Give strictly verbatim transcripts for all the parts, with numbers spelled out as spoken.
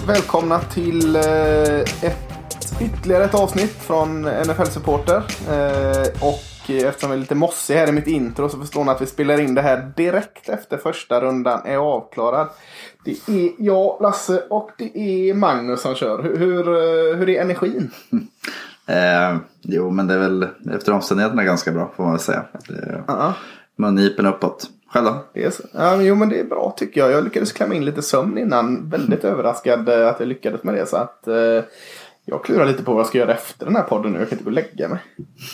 välkomna till eh, ett, ytterligare ett avsnitt från N F L-supporter. Eh, och eftersom jag är lite mossig här i mitt intro så förstår ni att vi spelar in det här direkt efter första rundan är avklarad. Det är jag, Lasse, och det är Magnus som kör. Hur, hur, hur är energin? Eh, jo, men det är väl efter omständigheterna ganska bra, får man väl säga. Uh-huh. Mungipen uppåt. Själv då? Yes. Ja, men, jo, men det är bra tycker jag. Jag lyckades klämma in lite sömn innan. Väldigt mm. överraskad att jag lyckades med det. Så att eh, jag klurar lite på vad jag ska göra efter den här podden nu. Jag kan inte gå och lägga mig.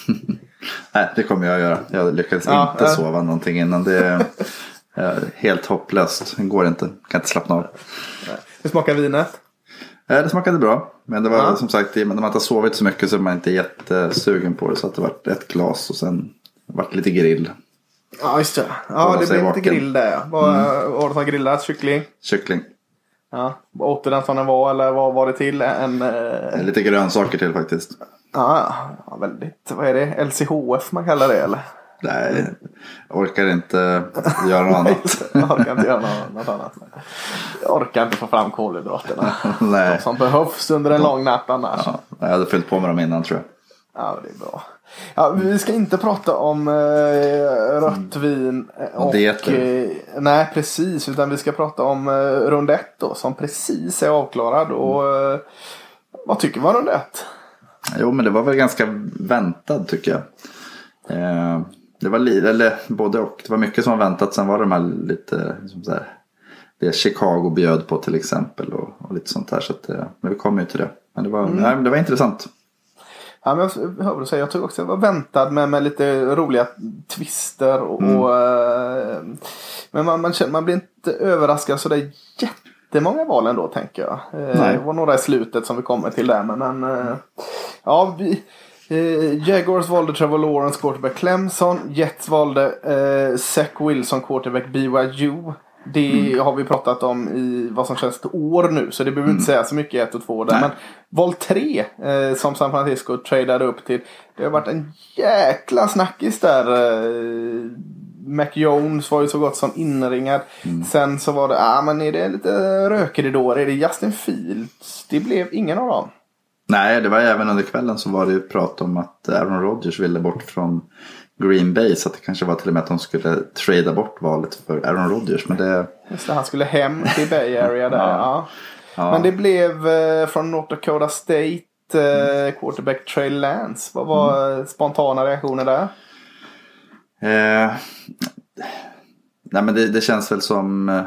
Nej, det kommer jag att göra. Jag lyckades ja, inte äh. sova någonting innan. Det är eh, helt hopplöst. Det går inte. Kan inte slappna av. Nej. Hur smakar vinet? Det smakade bra. Men det var ja. som sagt, när man inte har sovit så mycket så är man inte jättesugen på det. Så att det var ett glas och sen var det lite grill. Ja, just det. Ja, det blev lite grill där. Vad mm. var det som grillat? Kyckling? Kyckling. Ja, åt du den som den var eller vad var det till? En, eh... Lite grönsaker till faktiskt. Ja, ja, väldigt. Vad är det? L C H F man kallar det eller? Nej, jag orkar inte göra något annat. Jag orkar inte göra något annat. Jag orkar inte få fram kolhydraterna. Nej. De som behövs under en lång natt annars. Ja, jag hade fyllt på med dem innan tror jag. Ja, det är bra. Ja, vi ska inte prata om eh, rött vin och eh, nej, precis, utan vi ska prata om eh, rund ett då, som precis är avklarad. Och eh, vad tycker man om rund ett? Jo, men det var väl ganska väntad tycker jag. Eh, det var li- eller både och. Det var mycket som var väntat. Sen var det de här lite liksom så här, det Chicago bjöd på till exempel och, och lite sånt där. Så att, eh, men vi kommer ju till det. Men det var, mm. nej, det var intressant. Ja, men jag hörde säga, jag tror också att jag var väntad med, med lite roliga twister och, mm. och äh, men man, man, känner, man blir inte överraskad så det är jättemånga val ändå tänker jag. Nej. Det var några i slutet som vi kommer till där, men, men äh, ja, vi äh, Jaguars valde Trevor Lawrence, quarterback Clemson. Jets valde äh, Zach Wilson, quarterback B Y U. Det mm. har vi pratat om i vad som känns ett år nu. Så det behöver mm. inte säga så mycket ett och två där. Nej. Men val tre eh, som San Francisco tradade upp till. Det har varit en jäkla snackis där. Eh, Mac Jones var ju så gott som inringad. Mm. Sen så var det, ja ah, men är det lite rökridåer? Är det Justin Fields? Det blev ingen av dem. Nej, det var även under kvällen så var det ju prat om att Aaron Rodgers ville bort från Green Bay, så att det kanske var till och med att de skulle trada bort valet för Aaron Rodgers, men det... Just det, han skulle hem till Bay Area där, ja. Ja. Ja. Men det blev eh, från North Dakota State eh, quarterback Trey Lance. Vad var mm. spontana reaktioner där? Eh, nej, men det, det känns väl som... Eh,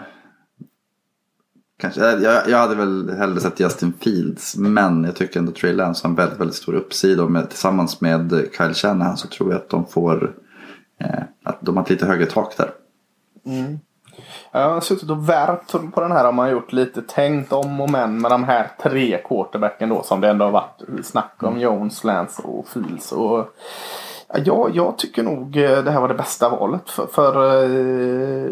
kanske, jag, jag hade väl hellre sett Justin Fields, men jag tycker ändå Trey Lance har en väldigt, väldigt stor uppsida och med, tillsammans med Kyle Shanahan så tror jag att de får eh, att de har ett lite högre tak där. Mm. Jag har suttit och värpt på den här, om man har gjort lite tänkt om och men med de här tre quarterbacken då som det ändå har varit snack om, Jones, Lance och Fields. Och ja, jag tycker nog det här var det bästa valet för, för eh,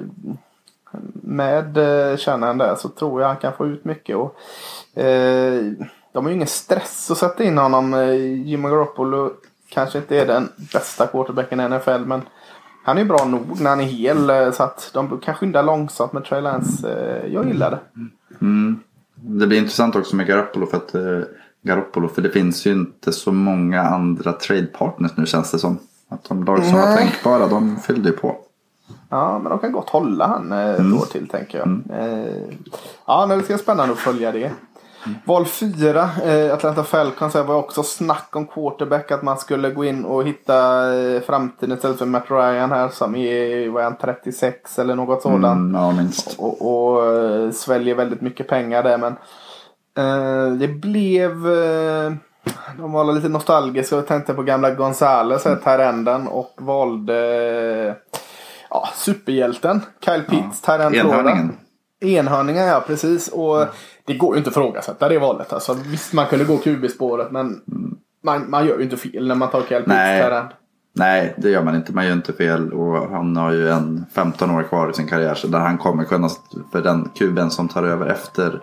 med eh, kärnan där så tror jag han kan få ut mycket och eh, de har ju ingen stress att sätta in honom. Jimmy Garoppolo kanske inte är den bästa quarterbacken i N F L, men han är bra nog när han är hel, så att de kan skynda långsamt med Trey Lance. eh, jag gillar det. Mm. Det blir intressant också med Garoppolo för att eh, Garoppolo, för det finns ju inte så många andra trade partners nu, känns det som att de lag som var tänkbara, de fyllde ju på. Ja, men de kan gott hålla han ett mm. år till, tänker jag. Mm. Eh, ja, men det ska spännande att följa det. Mm. Val fyra, eh, Atlanta Falcons, var också snack om quarterback, att man skulle gå in och hitta eh, framtiden istället för Matt Ryan här som är, vad är han, trettiosex eller något sådant. Mm, ja, minst. Och, och eh, sväljer väldigt mycket pengar där, men eh, det blev... Eh, de var lite nostalgiska och tänkte på gamla Gonzales, mm. Tyrenden, och valde... Eh, Ja, superhjälten Kyle Pitts, ja, enhörningen. Enhörningen, ja, precis. Och mm. det går ju inte att frågasätta det valet. Alltså, visst, man kunde gå Q B-spåret, men mm. man, man gör ju inte fel när man tar Kyle Pitts. Nej. Nej, det gör man inte. Man gör inte fel. Och han har ju en femton år kvar i sin karriär, så där han kommer kunna, för den Q B:n som tar över efter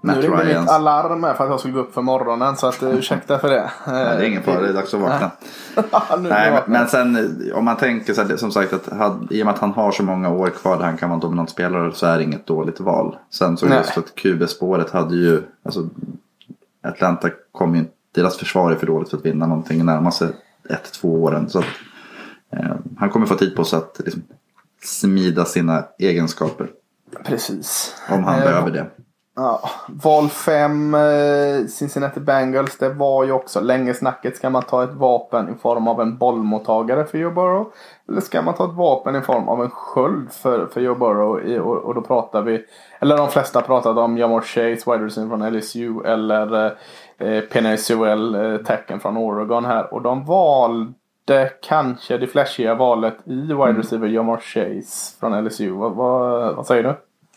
Matt nu ringde Ryans. mitt alarm här för att jag skulle gå upp för morgonen. Så att, ursäkta för det. Nej, det är ingen fara, det är dags att vakna. nu Nej, vakna. men sen om man tänker så här, som sagt att had, i och med att han har så många år kvar där han kan vara en dominant spelare, så är det inget dåligt val. Sen så Nej. just att Q B-spåret hade ju, alltså Atlanta kom ju, deras försvar är för dåligt för att vinna någonting närmast ett, två åren. Så att, eh, han kommer få tid på sig att liksom, smida sina egenskaper. Precis. Om han Eh, behöver det. Ja, val fem, eh, Cincinnati Bengals, det var ju också länge snacket. Ska man ta ett vapen i form av en bollmottagare för Joe Burrow? Eller ska man ta ett vapen i form av en sköld för, för Joe Burrow? I, och, och då pratar vi, eller de flesta pratade om Ja'Marr Chase, wide receiver från L S U, eller eh, Penei Sewell, eh, tacken från Oregon här. Och de valde kanske det flashiga valet i wide receiver Ja'Marr Chase från L S U. Vad, vad, vad säger du?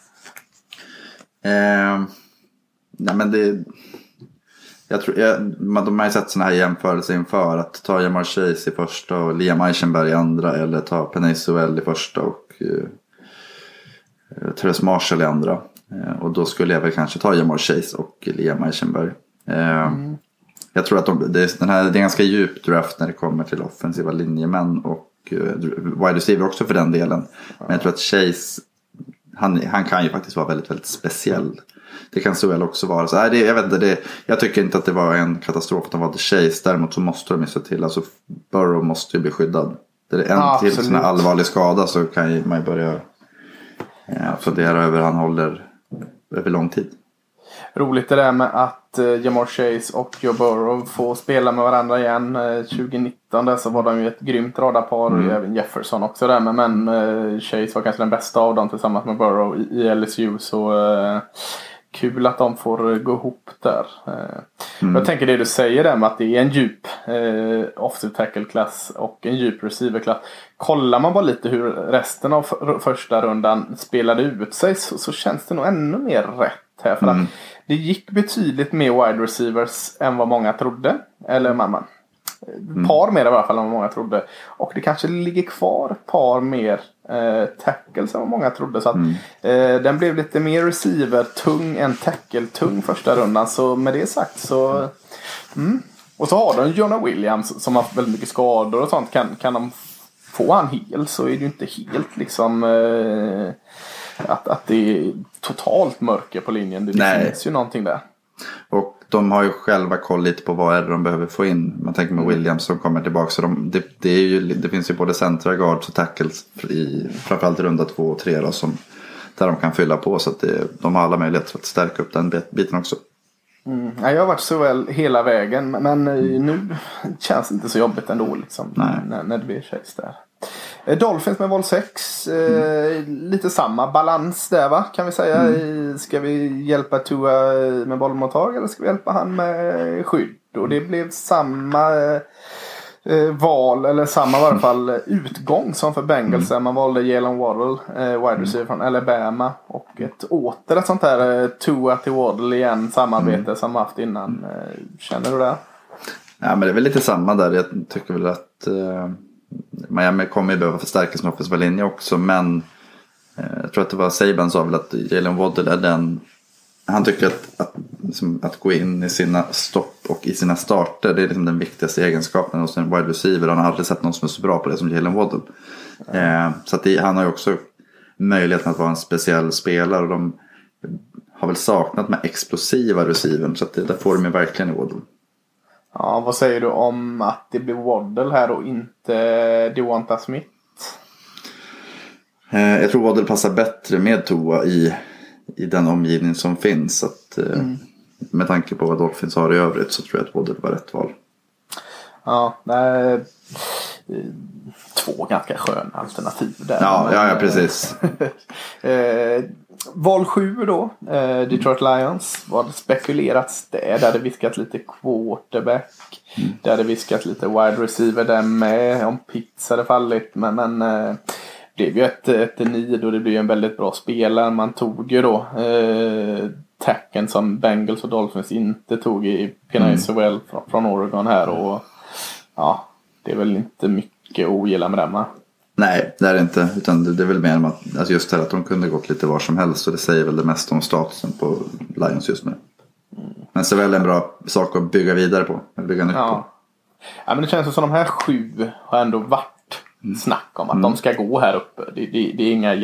Eh, nej men det jag tror, jag, man, de har ju sett såna här jämförelser inför att ta Ja'Marr Chase i första och Liam Eichenberg i andra, eller ta Penei Sewell i första och eh, Terrace Marshall i andra, eh, och då skulle jag väl kanske ta Ja'Marr Chase och Liam Eichenberg. eh, mm. Jag tror att de, det, är, den här, det är en ganska djup draft när det kommer till offensiva linjemän och eh, wide receiver också för den delen, men jag tror att Chase Han, han kan ju faktiskt vara väldigt, väldigt speciell. Det kan Sewell också vara. Så, nej, det, jag, vet inte, det, jag tycker inte att det var en katastrof att de valde Chase. Däremot så måste de ju se till. Alltså Burrow måste ju bli skyddad. Det är en ja, till sån här allvarlig skada, så kan ju, man ju börja ja, fundera över hur han håller över lång tid. Roligt det där med att uh, Ja'Marr Chase och Joe Burrow får spela med varandra igen. Uh, tjugonitton där så var de ju ett grymt radarpar. Mm. Även Jefferson också där. Men, men uh, Chase var kanske den bästa av dem tillsammans med Burrow i, i L S U. Så uh, kul att de får uh, gå ihop där. Uh, mm. Jag tänker det du säger där med att det är en djup uh, offensive tackle-klass och en djup receiver-klass. Kollar man bara lite hur resten av f- första rundan spelade ut sig, så, så känns det nog ännu mer rätt här. För mm. att det gick betydligt mer wide receivers än vad många trodde. Eller mamma. Mm. Par mer i alla fall än vad många trodde. Och det kanske ligger kvar ett par mer eh, tackles än vad många trodde. Så att mm. eh, den blev lite mer receiver-tung än tackle-tung första rundan. Så med det sagt så... Mm. Och så har de Jonah Williams som har väldigt mycket skador och sånt. Kan, kan de få han hel så är det ju inte helt liksom... Eh, Att, att det är totalt mörker på linjen. Det Nej. finns ju någonting där. Och de har ju själva koll lite på vad är det de behöver få in. Man tänker med Williams som kommer tillbaka. Så de, det, det, är ju, det finns ju både centra, guards och tackles i framförallt runda två och tre då, som, där de kan fylla på. Så att det, de har alla möjligheter att stärka upp den biten också. Mm. Ja, jag har varit så väl hela vägen. Men nu känns det inte så jobbigt ändå liksom, när, när det blir Chase där. Dolphins med val sex. Eh, mm. Lite samma balans där va, kan vi säga. Mm. Ska vi hjälpa Tua med bollmottag eller ska vi hjälpa han med skydd? Och det blev samma eh, val, eller samma i varje fall utgång som för Bengals. Mm. Man valde Jalen Waddle, eh, wide receiver från Alabama. Och ett åter ett sånt här eh, Tua till Waddle igen samarbete mm. som haft innan. Eh, känner du det? Ja, men det är väl lite samma där. Jag tycker väl att... Eh... Miami kommer ju behöva förstärka sin offensiva linje också, men eh, jag tror att det var Saban sa väl att Jalen Waddle är den, han tycker att, att, liksom, att gå in i sina stopp och i sina starter, det är liksom den viktigaste egenskapen hos en wide receiver. Han har aldrig sett någon som är så bra på det som Jalen Waddle. Eh, så att det, han har ju också möjligheten att vara en speciell spelare, och de har väl saknat med explosiva receivern, så att det, där får de ju verkligen i Waddle. Ja, vad säger du om att det blir Waddle här och inte Devonta Smith? Eh, jag tror Waddle passar bättre med Tua i, i den omgivning som finns. Så att, eh, mm. med tanke på vad Dolphins har i övrigt så tror jag att Waddle var rätt val. Ja, nej, två ganska sköna alternativ där. Ja, men, ja, ja precis. eh, val sju då, eh, Detroit Lions. Var det spekulerats det? Där hade viskat lite quarterback. Mm. Där hade viskat lite wide receiver där med. Om Pitts hade fallit. Men, men eh, det blev ju ett, ett nid och det blev en väldigt bra spelare. Man tog ju då eh, tacken som Bengals och Dolphins inte tog i Penei Sewell från, från Oregon här. Och ja, det är väl inte mycket att ogilla med den va? Nej, det är det inte. Utan det, det är väl mer om att, alltså just det här att de kunde gått lite var som helst. Och det säger väl det mesta om statusen på Lions just nu. Men så väl en bra sak att bygga vidare på. Bygga nytt ja. på. Ja, men det känns som de här sju har ändå varit mm. snack om att mm. de ska gå här uppe. Det, det, det är inga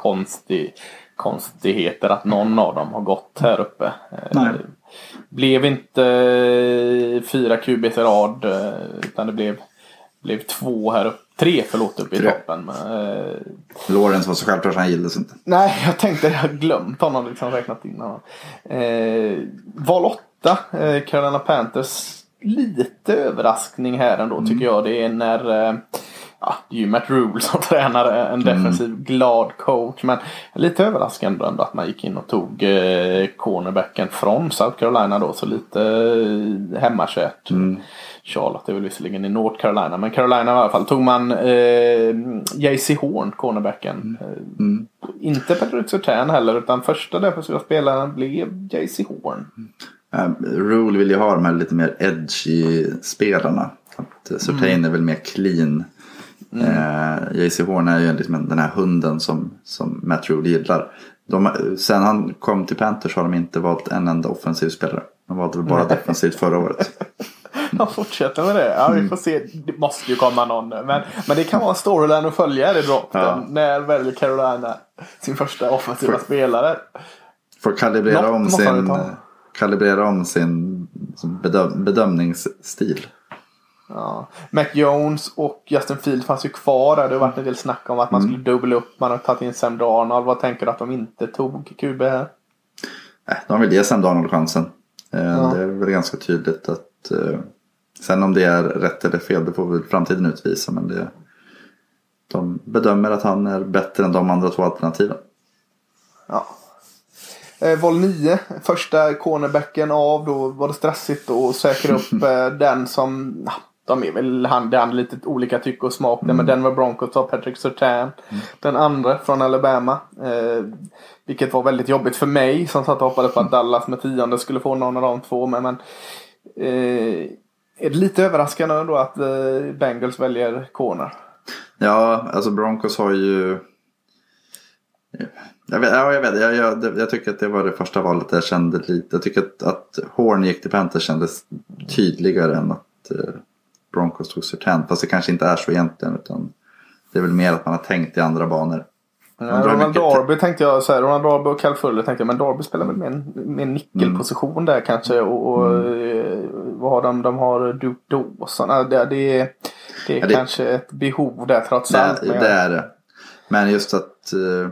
jättekonstigheter att någon av dem har gått här uppe. Nej. Blev inte fyra Q B i rad, utan det blev, blev två här uppe. Tre förlåt upp i Tre. toppen. Men, eh... Lawrence var så självklart han gillades inte. Nej, jag tänkte jag har glömt honom liksom räknat in honom. Eh, val åtta, eh, Carolina Panthers. Lite överraskning här ändå mm. tycker jag. Det är när... Eh, ja, det är ju Matt Rule som tränar en defensiv mm. glad coach. Men lite överraskande ändå att man gick in och tog eh, cornerbacken från South Carolina då. Så lite eh, hemmakärt. Mm. Charlotte är väl visserligen i North Carolina. Men Carolina i alla fall tog man eh, J C Horn, cornerbacken. Mm. Eh, inte Patrick Surtain heller. Utan första defensiva spelaren blev J C Horn. Mm. Uh, Rule vill ju ha de här lite mer edgy spelarna. Att uh, Surtain mm. är väl mer clean. Mm. Uh, J C Horn är ju liksom den här hunden som, som Matt Rule gillar. De, sen han kom till Panthers har de inte valt en enda offensiv spelare. De valde väl bara defensivt förra året. Jag fortsätter med det. Ja, vi får se. Det måste ju komma någon. Men, men det kan vara en storyline att följa i draften. Ja. När väljer Carolina sin första offensiva för, spelare. Får kalibrera Något om sin kalibrera om sin bedöm, bedömningsstil. Ja. Mac Jones och Justin Field fanns ju kvar där. Det har varit en del snack om att man mm. skulle dubbla upp. Man har tagit in Sam Darnold. Vad tänker du att de inte tog Q B här? Nej, de vill ge Sam Darnold chansen. Ja. Det är väl ganska tydligt att sen om det är rätt eller fel, det får väl framtiden utvisa. Men det, de bedömer att han är bättre än de andra två alternativen. Ja. Eh, val nio, första cornerbacken av. Då var det stressigt att säkra upp eh, den som... Nah, de är väl hand i hand lite olika tycke och smak. Mm. Men Denver Broncos av Patrick Surtain. Mm. Den andra från Alabama. Eh, vilket var väldigt jobbigt för mig som satt och hoppade på att Dallas med tionde skulle få någon av de två. Men... men Eh, är det lite överraskande då att eh, Bengals väljer corner? Ja, alltså Broncos har ju jag vet, ja, jag, vet jag, jag, jag tycker att det var det första valet där jag kände lite. Jag tycker att, att Horn gick till Panthers kändes tydligare än att eh, Broncos tog Surtain. Fast det kanske inte är så egentligen, utan det är väl mer att man har tänkt i andra banor. Ja, Ronald Darby t- tänkte jag så här, Ronald Darby och Cal Fuller tänkte jag, men Darby spelar väl med en, med en nyckelposition mm. där kanske, och, och mm. vad har de? De har Duke Dawson. Det, det, det är ja, det, kanske ett behov där trots det, allt. Men det är det. Men just att uh,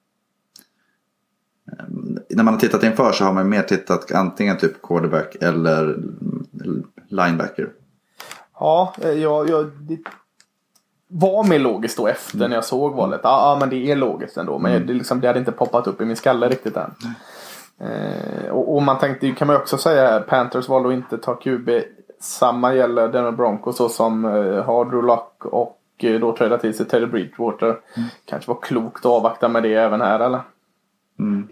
när man har tittat inför så har man mer tittat antingen typ quarterback eller linebacker. Ja, jag, jag det var mer logiskt då efter mm. när jag såg valet. Ja, ah, men det är logiskt ändå. Men mm. det, liksom, det hade inte poppat upp i min skalle riktigt än. Mm. Eh, och, och man tänkte, kan man ju också säga här, Panthers valde att inte ta Q B. Samma gäller Denver Broncos, så som eh, har Drew Lock och eh, då trädde till sig Teddy Bridgewater. Mm. Kanske var klokt att avvakta med det även här, eller? Mm.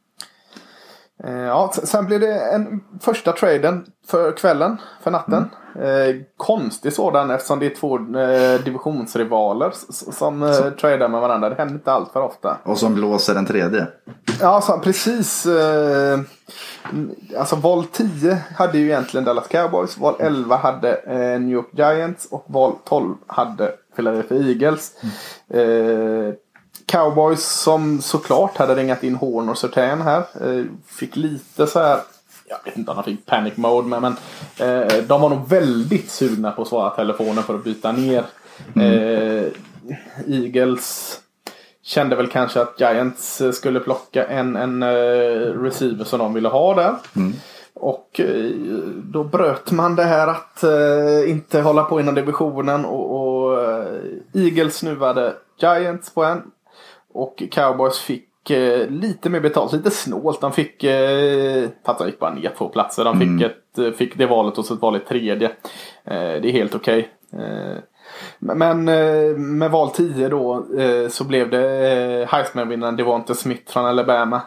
Ja, sen blev det en första traden för kvällen, för natten. Mm. Eh, konstig sådan, eftersom det är två eh, divisionsrivaler som eh, tradar med varandra. Det händer inte allt för ofta. Och som blåser den tredje. Ja, så, precis. Eh, alltså val tio hade ju egentligen Dallas Cowboys. Val elva hade eh, New York Giants. Och val tolv hade Philadelphia Eagles. Mm. Eh, Cowboys som såklart hade ringat in Horn och Surtain här. Eh, fick lite så här, jag vet inte om de fick panic mode, men, men eh, de var nog väldigt sugna på att svara telefonen för att byta ner. Mm. Eh, Eagles kände väl kanske att Giants skulle plocka en, en uh, receiver som de ville ha där. Mm. Och uh, då bröt man det här att uh, inte hålla på inom divisionen. Och, och uh, Eagles snuvade Giants på en. Och Cowboys fick uh, lite mer betalt, lite snålt. De fick, uh, fast de gick bara ner två platser. De fick, mm. ett, uh, fick det valet och så ett val i tredje. Uh, det är helt okej. Okay. Uh, Men med val tio då så blev det Heisman-vinnaren Devonta Smith från Alabama.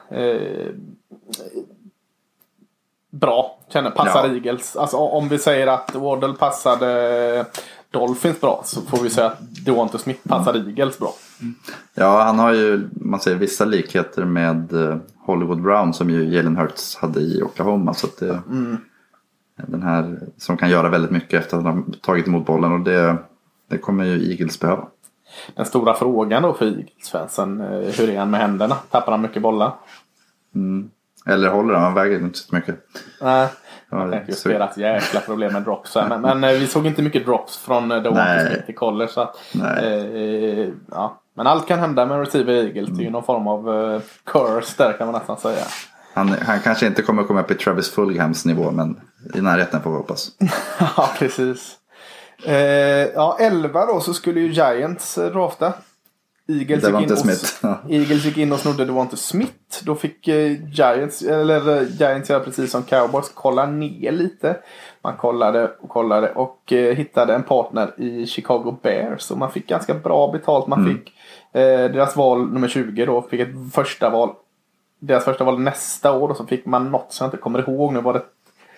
Bra, känner passar ja. Eagles. Alltså om vi säger att Waddle passade Dolphins bra, så får vi säga att Devonta Smith passar mm. Eagles bra. Ja, han har ju, man säger, vissa likheter med Hollywood Brown som ju Jalen Hurts hade i Oklahoma. Så att det, mm. den här som kan göra väldigt mycket efter att han har tagit emot bollen, och det, det kommer ju Eagles behöva. Den stora frågan då för Eagles-fansen, hur är han med händerna? Tappar han mycket bollar? Mm. Eller håller han? Han väger inte så mycket. Nej, jag tänkte just deras jäkla problem med drops. Men, men vi såg inte mycket drops från Devonta Smith i college. Så att, eh, ja. Men allt kan hända med receiver Eagles. Mm. Det är ju någon form av uh, curse där, kan man nästan säga. Han, han kanske inte kommer komma upp i Travis Fulghams nivå, men i närheten får vi hoppas. Ja, precis. Eh, ja, elva då så skulle ju Giants drafta. Eagles gick, in och, Smith. Ja. Eagles gick in och snodde Devonta Smith. Då fick eh, Giants, eller Giants göra precis som Cowboys, kolla ner lite. Man kollade och kollade och eh, hittade en partner i Chicago Bears. Så man fick ganska bra betalt. Man mm. fick eh, deras val nummer tjugo då. Fick ett första val. Deras första val nästa år. Och så fick man något som jag inte kommer ihåg. Nu var det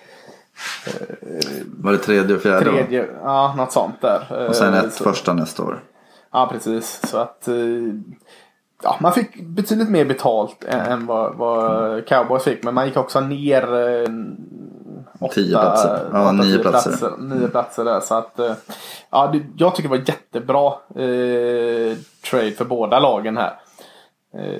eh, var det tredje och fjärde? Tredje, ja, något sånt där. Och sen ett eh, så, första nästa år. Ja, precis. Så att ja, man fick betydligt mer betalt än, än vad, vad Cowboys fick. Men man gick också ner eh, åtta, tio platser. Ja, åtta, nio platser. platser. Nio platser där. Så att ja, det, jag tycker det var jättebra eh, trade för båda lagen här. Eh,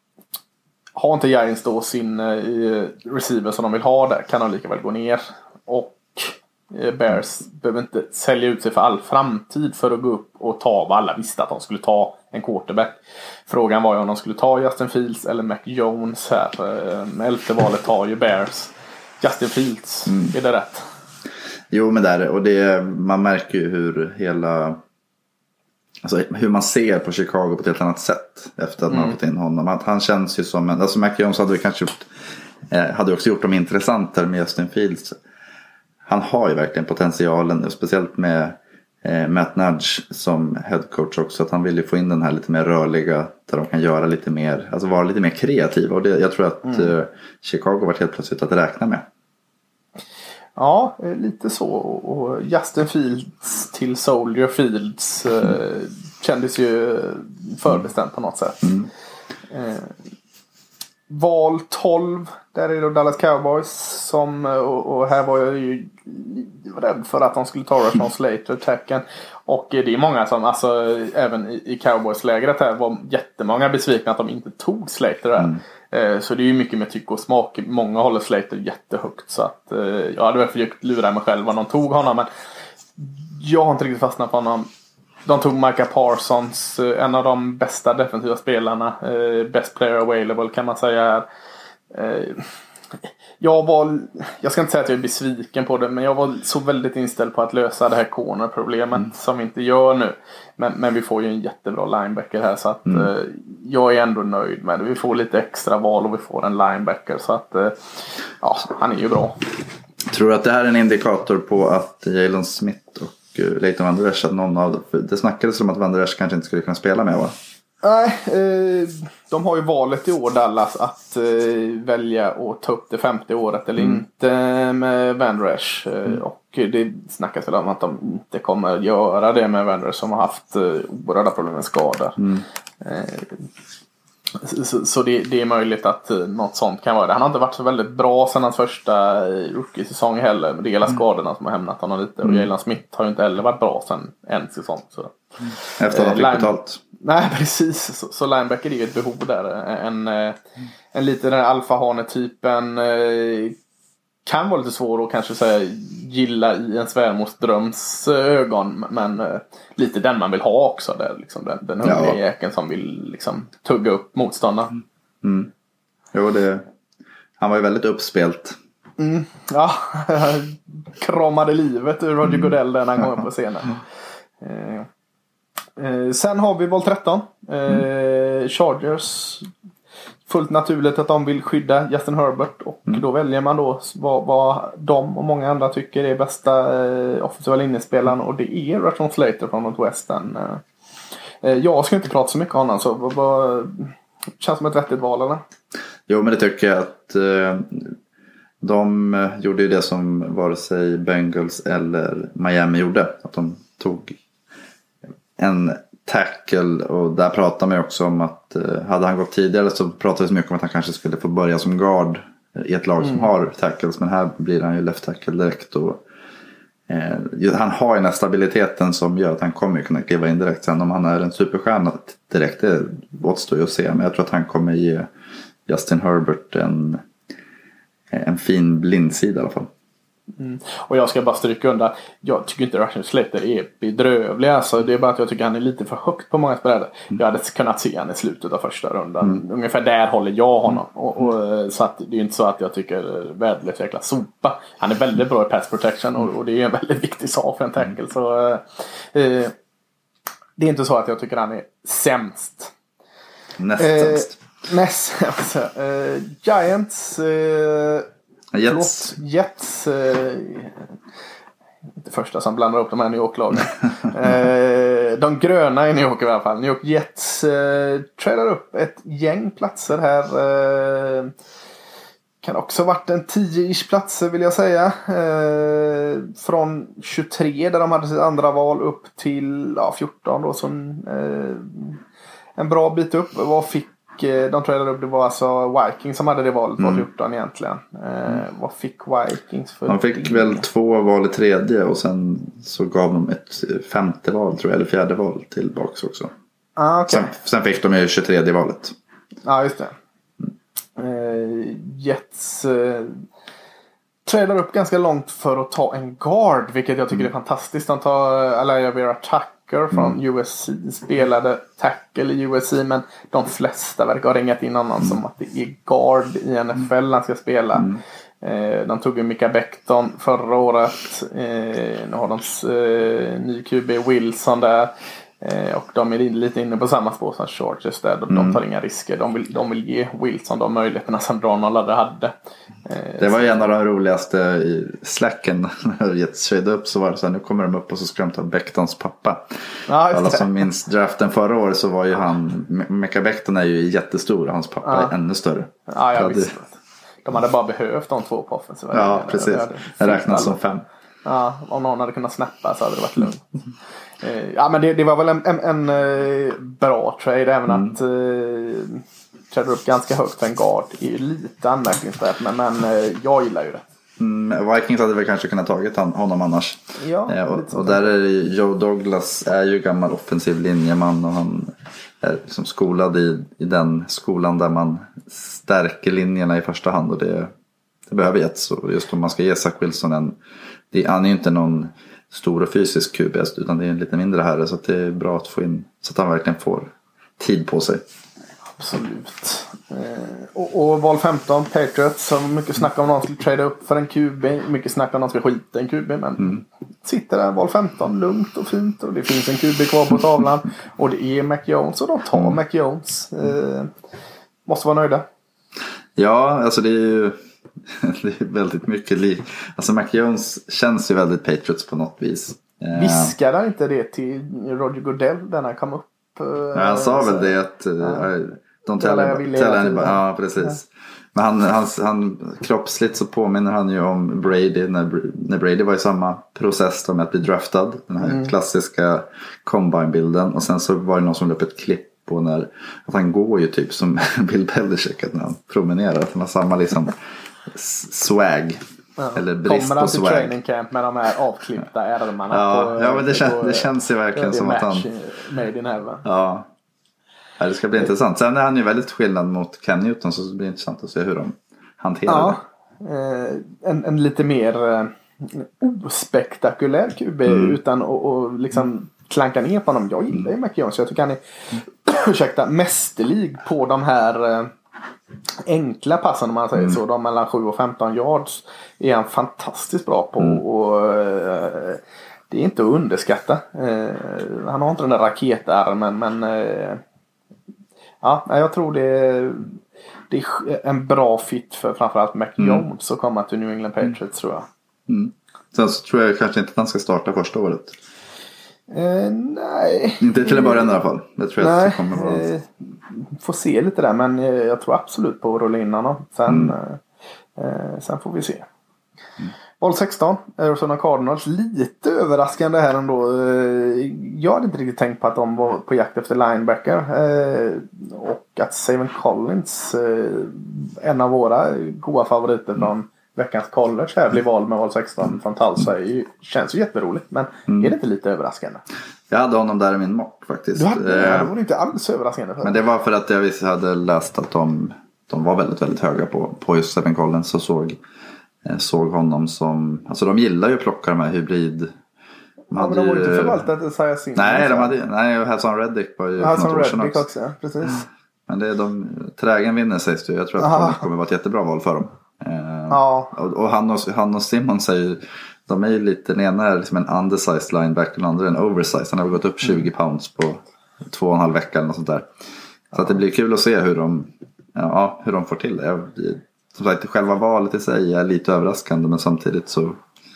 har inte Giants då sin eh, receiver som de vill ha där, kan de lika väl gå ner. Och Bears behöver inte sälja ut sig för all framtid för att gå upp och ta vad alla visste att de skulle ta, en quarterback. Frågan var ju om de skulle ta Justin Fields eller Mac Jones här. Med elfte valet tar ju Bears Justin Fields. Mm. Är det rätt? Jo, men där, och det, man märker ju hur hela, alltså hur man ser på Chicago på ett helt annat sätt efter att man mm. har fått in honom. Att han känns ju som en, alltså Mac Jones hade vi kanske gjort, eh, hade också gjort dem intressantare med Justin Fields. Han har ju verkligen potentialen, speciellt med eh, Matt Nudge som headcoach också. Att han vill ju få in den här lite mer rörliga, där de kan göra lite mer, alltså vara lite mer kreativa. Och det, jag tror att mm. eh, Chicago var helt plötsligt att räkna med. Ja, lite så. Och Justin Fields till Soldier Fields eh, mm. kändes ju förbestämt på något sätt. Mm. Eh, val tolv, där är det Dallas Cowboys som, och, och här var jag ju rädd för att de skulle ta Rashawn Slater, tacken. Och det är många som, alltså även i, i Cowboys-lägret här var jättemånga besvikna att de inte tog Slater där. Mm. Eh, så det är ju mycket med tyck och smak. Många håller Slater jättehögt, så att eh, jag hade väl försökt lura mig själv vad de tog honom, men jag har inte riktigt fastnat på honom. De tog Micah Parsons, en av de bästa defensiva spelarna. Best player available kan man säga. Jag var, jag ska inte säga att jag är besviken på det, men jag var så väldigt inställd på att lösa det här corner-problemet mm. som vi inte gör nu. Men, men vi får ju en jättebra linebacker här, så att mm. jag är ändå nöjd med det. Vi får lite extra val och vi får en linebacker, så att ja, han är ju bra. Tror du att det här är en indikator på att Jalen Smith och Leighton Van Der Esch, att någon av, det snackades om att Van Der Esch kanske inte skulle kunna spela med, va? Nej, eh, de har ju valet i år, Dallas, att eh, välja och ta upp det femte året eller mm. inte med Van Der Esch. Eh, mm. Och det snackas väl om att de inte kommer göra det med Van Der Esch, som har haft eh, oerhörda problem med skador. Mm. Eh, Så, så det, det är möjligt att uh, något sånt kan vara det. Han har inte varit så väldigt bra sedan hans första uh, rookie-säsong heller. Det är hela mm. skadorna som har hämnat honom lite. Mm. Och Jalen Smith har ju inte heller varit bra sedan en säsong. Så. Mm. Efter att han uh, fick line... betalt. Nej, precis. Så, så linebacker är ju ett behov där. En, uh, mm. en lite den alfahane-typen uh, kan vara lite svår att kanske säga gilla i en svärmors dröms ögon, men uh, lite den man vill ha också där, liksom den, den hungriga ja. jäkeln som vill liksom tugga upp motståndaren. Mm. Jo, det, han var ju väldigt uppspelt. Mm. Ja, kramade livet ur Roger Goodell den här gången på scenen. Uh, uh, sen har vi val tretton. Uh, mm. Chargers. Fullt naturligt att de vill skydda Justin Herbert. Och mm. då väljer man då vad, vad de och många andra tycker är bästa eh, offensiva linjespelaren. Och det är Rashawn Slater från Northwestern. Eh, jag ska inte prata så mycket om honom. Så vad, vad, känns som ett vettigt val, eller? Jo, men det tycker jag att eh, de gjorde ju det som vare sig Bengals eller Miami gjorde. Att de tog en tackle, och där pratar man ju också om att hade han gått tidigare så pratades mycket om att han kanske skulle få börja som guard i ett lag mm. som har tackles, men här blir han ju left tackle direkt, och eh, han har ju den här stabiliteten som gör att han kommer kunna kliva in direkt. Sen om han är en superstjärna direkt, det återstår ju att se, men jag tror att han kommer ge Justin Herbert en, en fin blindsida i alla fall. Mm. Och jag ska bara stryka under, jag tycker inte Rashawn Slater är bedrövlig, alltså. Det är bara att jag tycker han är lite för högt på många spelare. mm. Jag hade kunnat se han i slutet av första rundan. mm. Ungefär där håller jag honom. och, och, Så att det är ju inte så att jag tycker värdelös jäkla sopa. Han är väldigt bra i pass protection, och, och det är en väldigt viktig sak för en tackle. Så eh, det är inte så att jag tycker han är sämst. Näst sämst. eh, Näst sämst. eh, Giants eh, Jets. Förlåt, Jets. Eh, inte första som blandar upp de här New York-lagen. eh, de gröna i New York i alla fall. New York Jets eh, trädar upp ett gäng platser här. Eh, kan också varit en tio-ish platser vill jag säga. Eh, från tjugotre där de hade sitt andra val upp till ja, fjorton då. Som, eh, en bra bit upp. Vad fick de trädde upp, det var alltså Vikings som hade det valet på mm. fjorton egentligen. Eh, mm. Vad fick Vikings för? De fick det? väl två val i tredje, och sen så gav de ett femte val tror jag, eller fjärde val tillbaks också. Ah, okay. sen, sen fick de ju tjugotredje valet. Ja, ah, just det. Mm. Eh, Jets eh, trädar upp ganska långt för att ta en guard, vilket jag tycker mm. är fantastiskt. De tar Alaya Vera Tucker från mm. U S C, spelade tackle i U S C, men de flesta verkar ha ringat in honom mm. som att det är guard i N F L han ska spela. Mm. Eh, de tog ju Mika Becton förra året. Eh, nu har de eh, ny Q B Wilson där. Eh, och de är lite inne på samma spår som Chargers där. De, mm. de tar inga risker. De vill, de vill ge Wilson de möjligheterna som Donald aldrig hade. Eh, det var ju en av de roligaste i slacken. När det trade upp så var det så här, nu kommer de upp och så ska de ta Bectons pappa. Ja, alla som minns draften förra året så var ju han, Mika Becton är ju jättestor och hans pappa ja. är ännu större. Ja, jag visste det. De hade bara behövt de två på offensiva. Ja, precis. Det räknas som fem. Ja, om någon hade kunnat snappa så hade det varit lugnt. eh, ja, men det, det var väl en, en, en uh, bra trade, även mm. att uh, träda upp ganska högt för en guard är lite anmärkningsvärt, men, men uh, jag gillar ju det. Mm, Vikings hade väl kanske kunnat tagit honom annars. Ja, eh, och, och där är det, Joe Douglas är ju gammal offensiv linjeman, och han är liksom skolad i, i den skolan där man stärker linjerna i första hand, och det, det behöver Jets. Och just om man ska ge Zach Wilson en, det, han är ju inte någon stor och fysisk Q B, utan det är en lite mindre herre, så att det är bra att få in så att han verkligen får tid på sig. Absolut. Eh, och, och val femton, Patriots, så mycket snack om någon skulle trada upp för en Q B, mycket snack om någon ska skita en Q B, men mm. sitter där val femton lugnt och fint, och det finns en Q B kvar på tavlan och det är Mac Jones, och de tar mm. Mac Jones. Eh, måste vara nöjda. Ja, alltså det är ju det är väldigt mycket liv. Alltså Mac Jones känns ju väldigt Patriots på något vis. Viskade han inte det till Roger Goodell när han kom upp? Ja, han sa väl det att ja. de täller bara, ja precis. Ja. Men han, han, han kroppsligt så påminner han ju om Brady när, när Brady var i samma process med att bli draftad. Den här mm. klassiska combine-bilden. Och sen så var det någon som löp ett klipp på när att han går ju typ som Bill Belichick när han promenerar. Att han har samma liksom swag. Ja. Eller brist kommer han på till swag. training camp med de här avklippta ärmarna? Ja, på, ja men det, kän, på, det känns ju verkligen som att han made in heaven. Ja. Ja, det ska bli intressant. Sen är han ju väldigt skillnad mot Ken Newton, så det blir intressant att se hur de hanterar ja, det. Eh, en, en lite mer eh, ospektakulär Q B mm. utan att liksom klanka ner på honom. Jag gillar ju Mac Jones, så jag tycker han är ursäkta, mästerlig på de här eh, enkla passen, om man säger mm. så. De mellan sju och femton yards är han fantastiskt bra på. Mm. Och eh, det är inte att underskatta. Eh, han har inte den där raketarmen, men eh, ja, jag tror det är, det är en bra fit för framförallt Mac Jones mm. att komma till New England Patriots, mm. tror jag. Mm. Sen så tror jag kanske inte att han ska starta första året. Eh, nej. Inte till en början i alla fall. Jag tror nej, att det kommer vara... eh, får se lite där, men jag tror absolut på att rulla in honom. Sen, mm. eh, sen får vi se. Val sexton, Arizona Cardinals. Lite överraskande här ändå. Jag hade inte riktigt tänkt på att de var på jakt efter linebacker. Och att Savin Collins, en av våra goda favoriter från veckans college här, blir vald med val sexton från Tulsa. Känns ju jätteroligt, men mm. är det inte lite överraskande? Jag hade honom där i min mock faktiskt. Du hade, det var inte alls överraskande. För men det var för att jag visst hade läst att de, de var väldigt, väldigt höga på, på just Savin Collins och såg såg honom som, alltså de gillar ju att plocka de här hybrid. De ja, men de var ju inte förvaltat Isaiah Simmons. Nej, de hade, nej, Hassan Reddick var ju Hassan Reddick också. också, precis. Mm. Men det är de, trägen vinner sägs det. Jag tror att Collins kommer vara ett jättebra val för dem. Ja. Och, och han, och han och Simmons säger, de är ju lite, den ena är liksom en undersized linebacker, den andra är en oversized. Han har gått upp tjugo pounds på två och en halv vecka eller något sånt där. Så ja. Att det blir kul att se hur de, ja, hur de får till det. Jag, som sagt, själva valet i sig är lite överraskande, men samtidigt så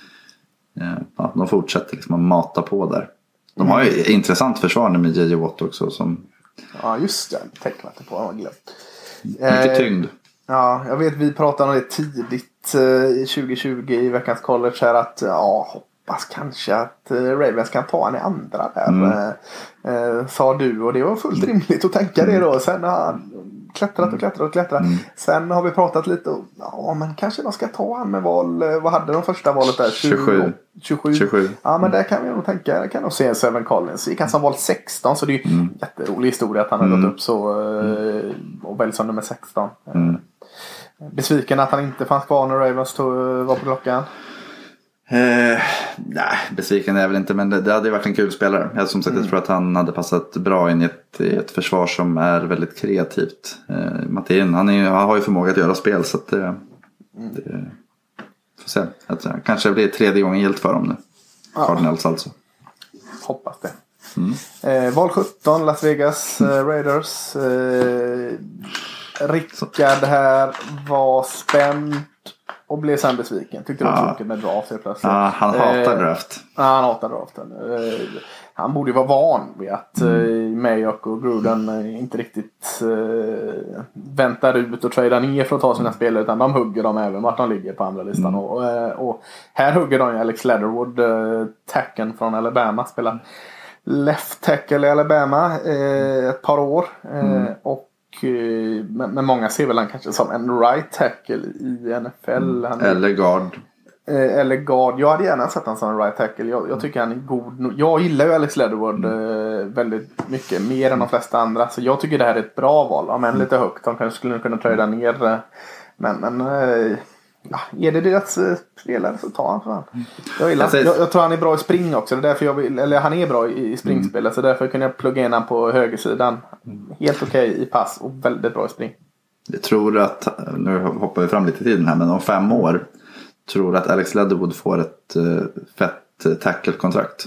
ja, de fortsätter liksom att mata på där. De har ju mm. intressant försvar med J J Watt också som... Ja, just det. Tänkte inte på, jag glömt. Mycket eh, tyngd. Ja, jag vet vi pratade om det tidigt eh, i tjugo tjugo i veckans college här att ja, hoppas kanske att eh, Ravens kan ta en i andra där. Mm. Eh, sa du, och det var fullt rimligt att tänka det då. Sen har han klättrat och klättrat och klättrat. Mm. Sen har vi pratat lite och ja, men kanske de ska ta han med val. Vad hade de första valet där? tjugosju. tjugosju. tjugosju. Ja, men där kan vi nog tänka, där kan nog se Savin Collins. Vi kan som val sexton, så det är ju mm. jätterolig historia att han har mm. gått upp så och väl som nummer sexton. Mm. Besviken att han inte fanns kvar när Ravens tog, var på klockan. Eh, nej, besviken är jag väl inte, men det, det hade ju varit en kul spelare. Jag som sagt mm. jag tror att han hade passat bra in i ett, i ett försvar som är väldigt kreativt. eh, Martin, han, är, han har ju förmåga att göra spel, så att det, mm. det får se, att, kanske blir tredje gången helt för dem nu. Ja. Cardinals alltså. Hoppas det. mm. eh, Val sjutton, Las Vegas eh, Raiders. eh, Rickard här var spänd och blev sen besviken. Tyckte det var tråkigt med draft helt plötsligt. Ja, han hatar eh, draft. Ja, han hatar draften. Eh, han borde ju vara van vid att mm. eh, Mayock och Gruden eh, inte riktigt eh, väntar ut och tradar ner för att ta sina spelare, utan de hugger dem även vart de ligger på andra listan. Mm. Och, och, och här hugger de ju Alex Leatherwood, eh, tacken från Alabama, spelar left tackle i Alabama eh, ett par år. Eh, mm. Och Men, men många ser väl han kanske som en right tackle i N F L. Han är, eller guard. Eh, eller guard. Jag hade gärna sett han som en right tackle. Jag, jag tycker han är god. Jag gillar ju Alex Leatherwood mm. eh, väldigt mycket. Mer än de flesta andra. Så jag tycker det här är ett bra val. Ja, men mm. lite högt. De kanske skulle kunna trada ner. Eh, men men eh, ja, är det deras eh, spelare så tar han för han. Jag, gillar, jag, jag, jag tror han är bra i spring också. Det är därför jag vill, eller han är bra i, i springspelet. Mm. Så därför kunde jag plugga in han på högersidan. Helt okej okay i pass och väldigt bra i spring. Jag tror att, nu hoppar vi fram lite i tiden här, men om fem år tror att Alex Leatherwood får ett uh, fett tackle-kontrakt.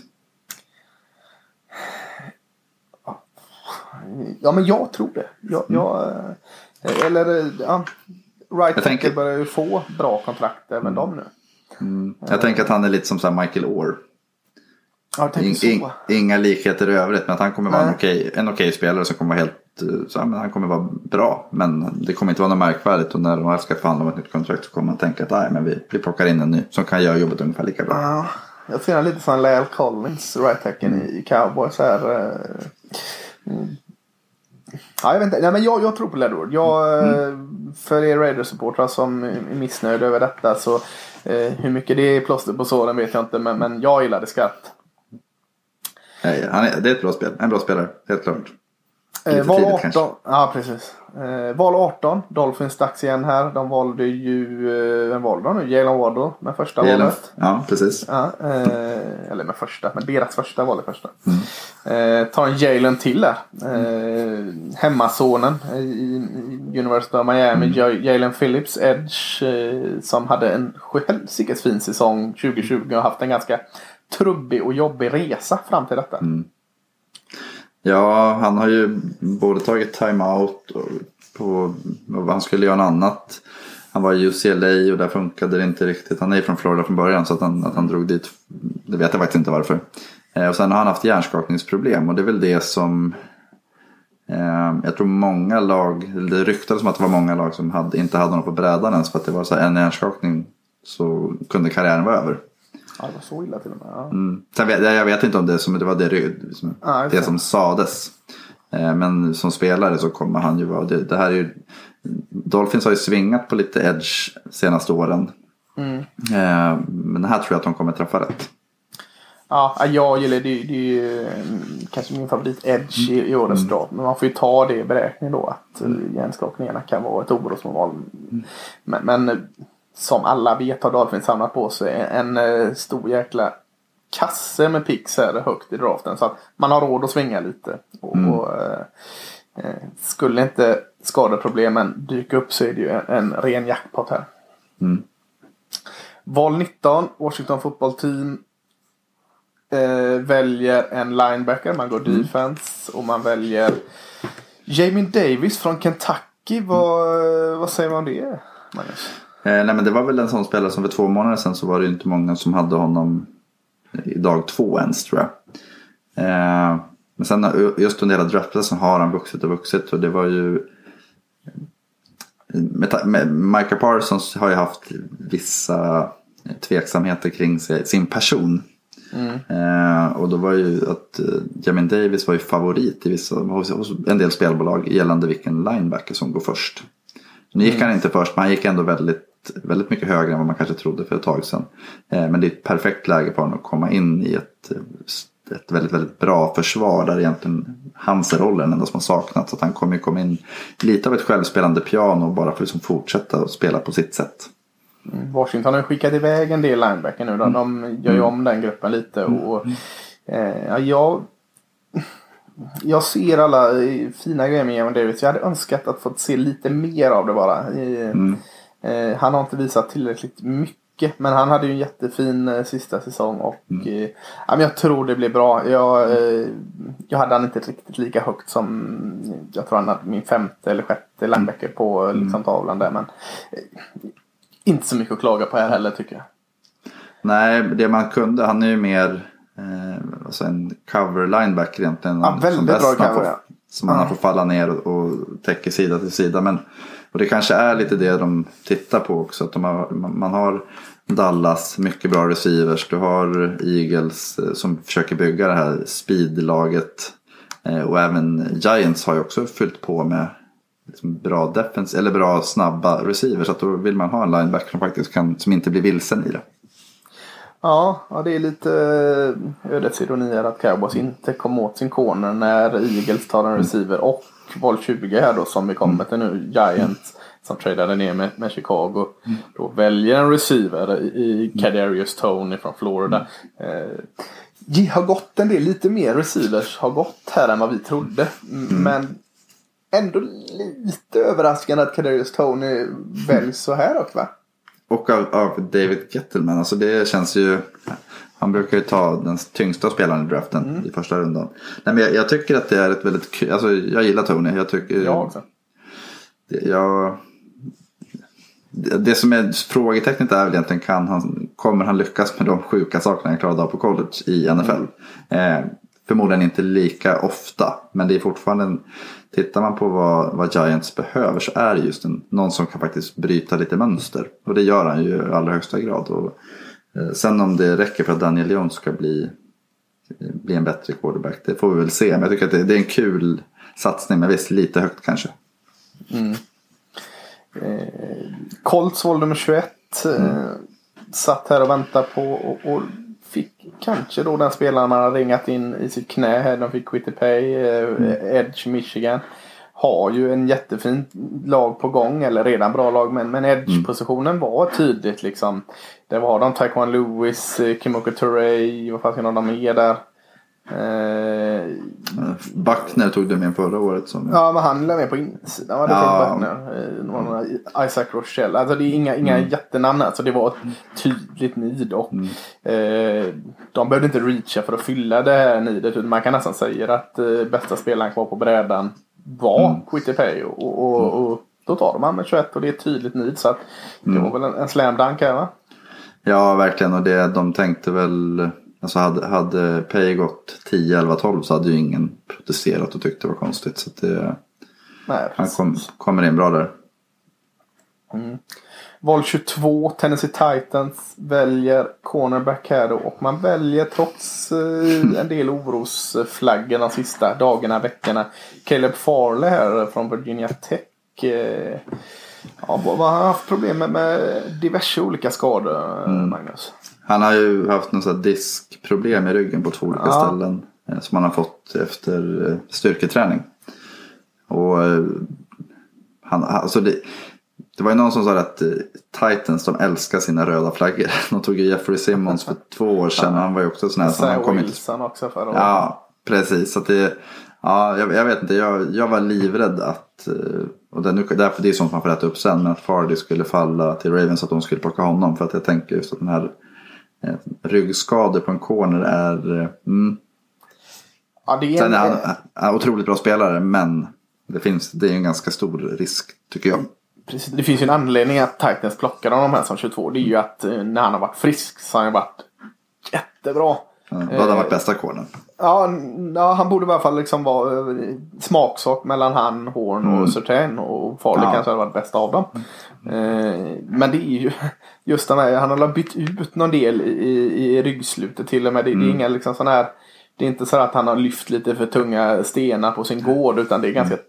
Ja, men jag tror det. Jag, jag, eller ja, right tackle tänker... börjar ju få bra kontrakt även mm. de nu. Mm. Jag uh, tänker att han är lite som så här Michael Orr. Ja, in, in, inga likheter i övrigt, men att han kommer vara en okej, en okej spelare som kommer vara helt så, men han kommer vara bra, men det kommer inte vara något märkvärdigt, och när de ska förhandla om ett nytt kontrakt så kommer man tänka att nej, men vi, vi plockar in en ny som kan göra jobbet ungefär lika bra. Ja, jag ser lite som Lyle Collins, right tacken mm. i Cowboys här. Mm. Ja, jag vet inte. Nej, men jag, jag tror på Leatherwood. Jag, mm. För er Raiders-supportrar som är missnöjda över detta, så eh, hur mycket det är plåster på såren vet jag inte, men, men jag gillar det skratt. Nej, han är, det är ett bra spel. En bra spelare, helt klart. Eh, val arton. Kanske. Ja, precis. Eh, val arton. Dolphins dags igen här. De valde ju... Eh, vem valde de nu? Jalen Waddle med första Jalen. valet. Ja, precis. Ja, eh, eller med första. Men deras första val är första. Mm. Eh, tar en Jalen till där. Eh, hemmasonen i, i University of Miami. Mm. Jalen Phillips, Edge. Eh, som hade en sjuhelsikes fin säsong tjugo tjugo. Och haft en ganska trubbig och jobbig resa fram till detta. Mm. Ja, han har ju både tagit timeout och på och han skulle göra något annat. Han var i U C L A och där funkade det inte riktigt. Han är från Florida från början, så att han, att han drog dit, det vet jag faktiskt inte varför. Eh, och sen har han haft hjärnskakningsproblem, och det är väl det som eh, jag tror många lag, det ryktades som att det var många lag som hade, inte hade någon på brädan ens, för att det var så här en hjärnskakning så kunde karriären vara över. Ja, det var så illa till och med. Ja. Mm. Sen vet, jag vet inte om det, som, det var det, som, ja, det som sades. Eh, men som spelare så kommer han ju vara... Det, det här är ju, Dolphins har ju svingat på lite edge senaste åren. Mm. Eh, men här tror jag att de kommer träffa rätt. Ja, jag gillar det. Det är ju kanske min favorit edge i, i årets mm. draft. Men man får ju ta det i beräkning då. Att mm. hjärnskakningarna kan vara ett orosmål. Mm. Men, men som alla vet har Dolphins samlat på sig en, en stor jäkla kasse med picks här högt i draften. Så att man har råd att svänga lite. Och, mm. och eh, skulle inte skadeproblemen dyka upp så är det ju en, en ren jackpot här. Mm. Val nitton, Washington Football Team eh, väljer en linebacker. Man går mm. defense och man väljer Jamin Davis från Kentucky. Vad, mm. vad säger man om det, Magnus? Eh, nej men det var väl en sån spelare som för två månader sedan så var det ju inte många som hade honom i dag två ens tror jag. Eh, men sen just under hela draftprocessen har han vuxit och vuxit och det var ju med, med Micah Parsons har ju haft vissa tveksamheter kring sig, sin person. Mm. Eh, och då var ju att uh, Jamin Davis var ju favorit i vissa, hos, hos en del spelbolag gällande vilken linebacker som går först. Nu gick mm. han inte först, men han gick ändå väldigt, väldigt mycket högre än vad man kanske trodde för ett tag sedan. Eh, men det är ett perfekt läge på honom att komma in i ett, ett väldigt, väldigt bra försvar där egentligen hans roll är den enda som har saknats. Att han kommer ju komma in lite av ett självspelande piano bara för att liksom fortsätta att spela på sitt sätt. Mm. Washington har skickat iväg en del linebacker nu då. Mm. De gör ju om den gruppen lite. Och, eh, jag, jag ser alla fina grejer med Jamin Davis. Jag hade önskat att få se lite mer av det bara. Mm. Eh, han har inte visat tillräckligt mycket. Men han hade ju en jättefin eh, sista säsong. Och mm. eh, ja, men jag tror det blir bra. Jag, eh, jag hade han inte riktigt lika högt som jag tror han hade min femte eller sjätte linebacker på mm. liksom, tavlan där. Men eh, inte så mycket att klaga på här heller tycker jag. Nej, det man kunde, han är ju mer eh, alltså en cover linebacker egentligen. Ja, väldigt bra cover, får, ja. Som man ja. får falla ner och, och täcka sida till sida. Men, och det kanske är lite det de tittar på också. Att de har, man har Dallas, mycket bra receivers. Du har Eagles eh, som försöker bygga det här speedlaget. Eh, och även Giants har ju också fyllt på med liksom bra defense eller bra snabba receivers, så att då vill man ha en linebacker som faktiskt kan, som inte blir vilsen i det. Ja, ja det är lite ödets ironi att Cowboys inte kom åt sin corner när Eagles tar en receiver och val tjugo här då som vi kommer till nu, Giants som tradade ner med, med Chicago mm. då väljer en receiver i Kadarius Toney från Florida. Mm. Eh, har gått en del, lite mer receivers har gått här än vad vi trodde, mm. men ändå lite överraskande att Kadarius Toney väljs så här också, va? Och av, av David Gettleman. Alltså det känns ju... Han brukar ju ta den tyngsta spelaren i draften mm. i första rundan. Nej, men jag, jag tycker att det är ett väldigt kul... Alltså jag gillar Toney. Jag tycker... Jag också. Det, jag, det, det som är frågetecknet är väl egentligen kan han, kommer han lyckas med de sjuka sakerna han klarade av på college i N F L? Mm. Eh, förmodligen inte lika ofta. Men det är fortfarande en... Tittar man på vad, vad Giants behöver så är det just en, någon som kan faktiskt bryta lite mönster. Och det gör han ju i allra högsta grad. Och, eh, sen om det räcker för att Daniel Jones ska bli, bli en bättre quarterback, det får vi väl se. Men jag tycker att det, det är en kul satsning, men visst lite högt kanske. Mm. Eh, Colts val nummer tjugoett. Mm. Eh, satt här och väntade på och, och fick kanske då den spelaren man har ringat in i sitt knä här. De fick Quitterpay, eh, mm. Edge Michigan. Har ju en jättefin lag på gång, eller redan bra lag, men, men Edge-positionen mm. var tydligt liksom. Det var de Taekwon Lewis, Kemoko Turay, vad fan ska de med där? Eh, Buckner tog du med förra året som... Ja, men han lade med på insidan. Var det ja. Buckner? Eh, Isaac Rochelle. Alltså det är inga, inga mm. jättenamn. Alltså det var ett tydligt need. Och, mm. eh, de behövde inte reacha för att fylla det här needet. Man kan nästan säga att eh, bästa spelaren kvar på brädan var mm. Quitterpay. Och, och, och, och då tar de han med tjugoett och det är ett tydligt need. Så att det mm. var väl en, en slam dunk här, va? Ja, verkligen. Och det, de tänkte väl... Alltså hade, hade Pay gått tio, elva, tolv så hade ju ingen protesterat och tyckte det var konstigt. Så att det, nej, han kom, kommer in bra där. Mm. Val tjugotvå, Tennessee Titans väljer cornerback här då, och man väljer trots eh, en del orosflaggor de sista dagarna, veckorna, Caleb Farley här från Virginia Tech. Eh, ja, vad har han haft problem med, med diverse olika skador, mm. Magnus? Han har ju haft någon sån här diskproblem i ryggen på två olika ja. ställen eh, som han har fått efter eh, styrketräning. Och eh, han, alltså det Det var ju någon som sa att uh, Titans, de älskar sina röda flaggor. De tog ju Jeffrey Simmons för två år sedan. Han var ju också sån här som han kom Wilson också förra året. Ja, precis. Så att det, ja, jag, jag vet inte. Jag, jag var livrädd att, uh, och det, nu, därför det är sånt man får rätta upp sen, men att Fardy skulle falla till Ravens, att de skulle plocka honom. För att jag tänker just att den här uh, ryggskador på en corner är... Uh, mm. Ja, det är sen en... är han, han är otroligt bra spelare, men det, finns, det är en ganska stor risk, tycker jag. Precis, det finns ju en anledning att Titans plockade de här som tjugotvå. Det är ju att när han har varit frisk så har han varit jättebra. Ja, vad hade varit bästa cornern? Ja, ja, han borde i alla fall liksom vara smaksak mellan han, Horn och mm. Surtain. Och Farley ja. kanske hade varit bästa av dem. Mm. Men det är ju just den här, han har bytt ut någon del i, i ryggslutet till och med. Det, mm. det är inga liksom sån här, det är inte så att han har lyft lite för tunga stenar på sin gård, utan det är ganska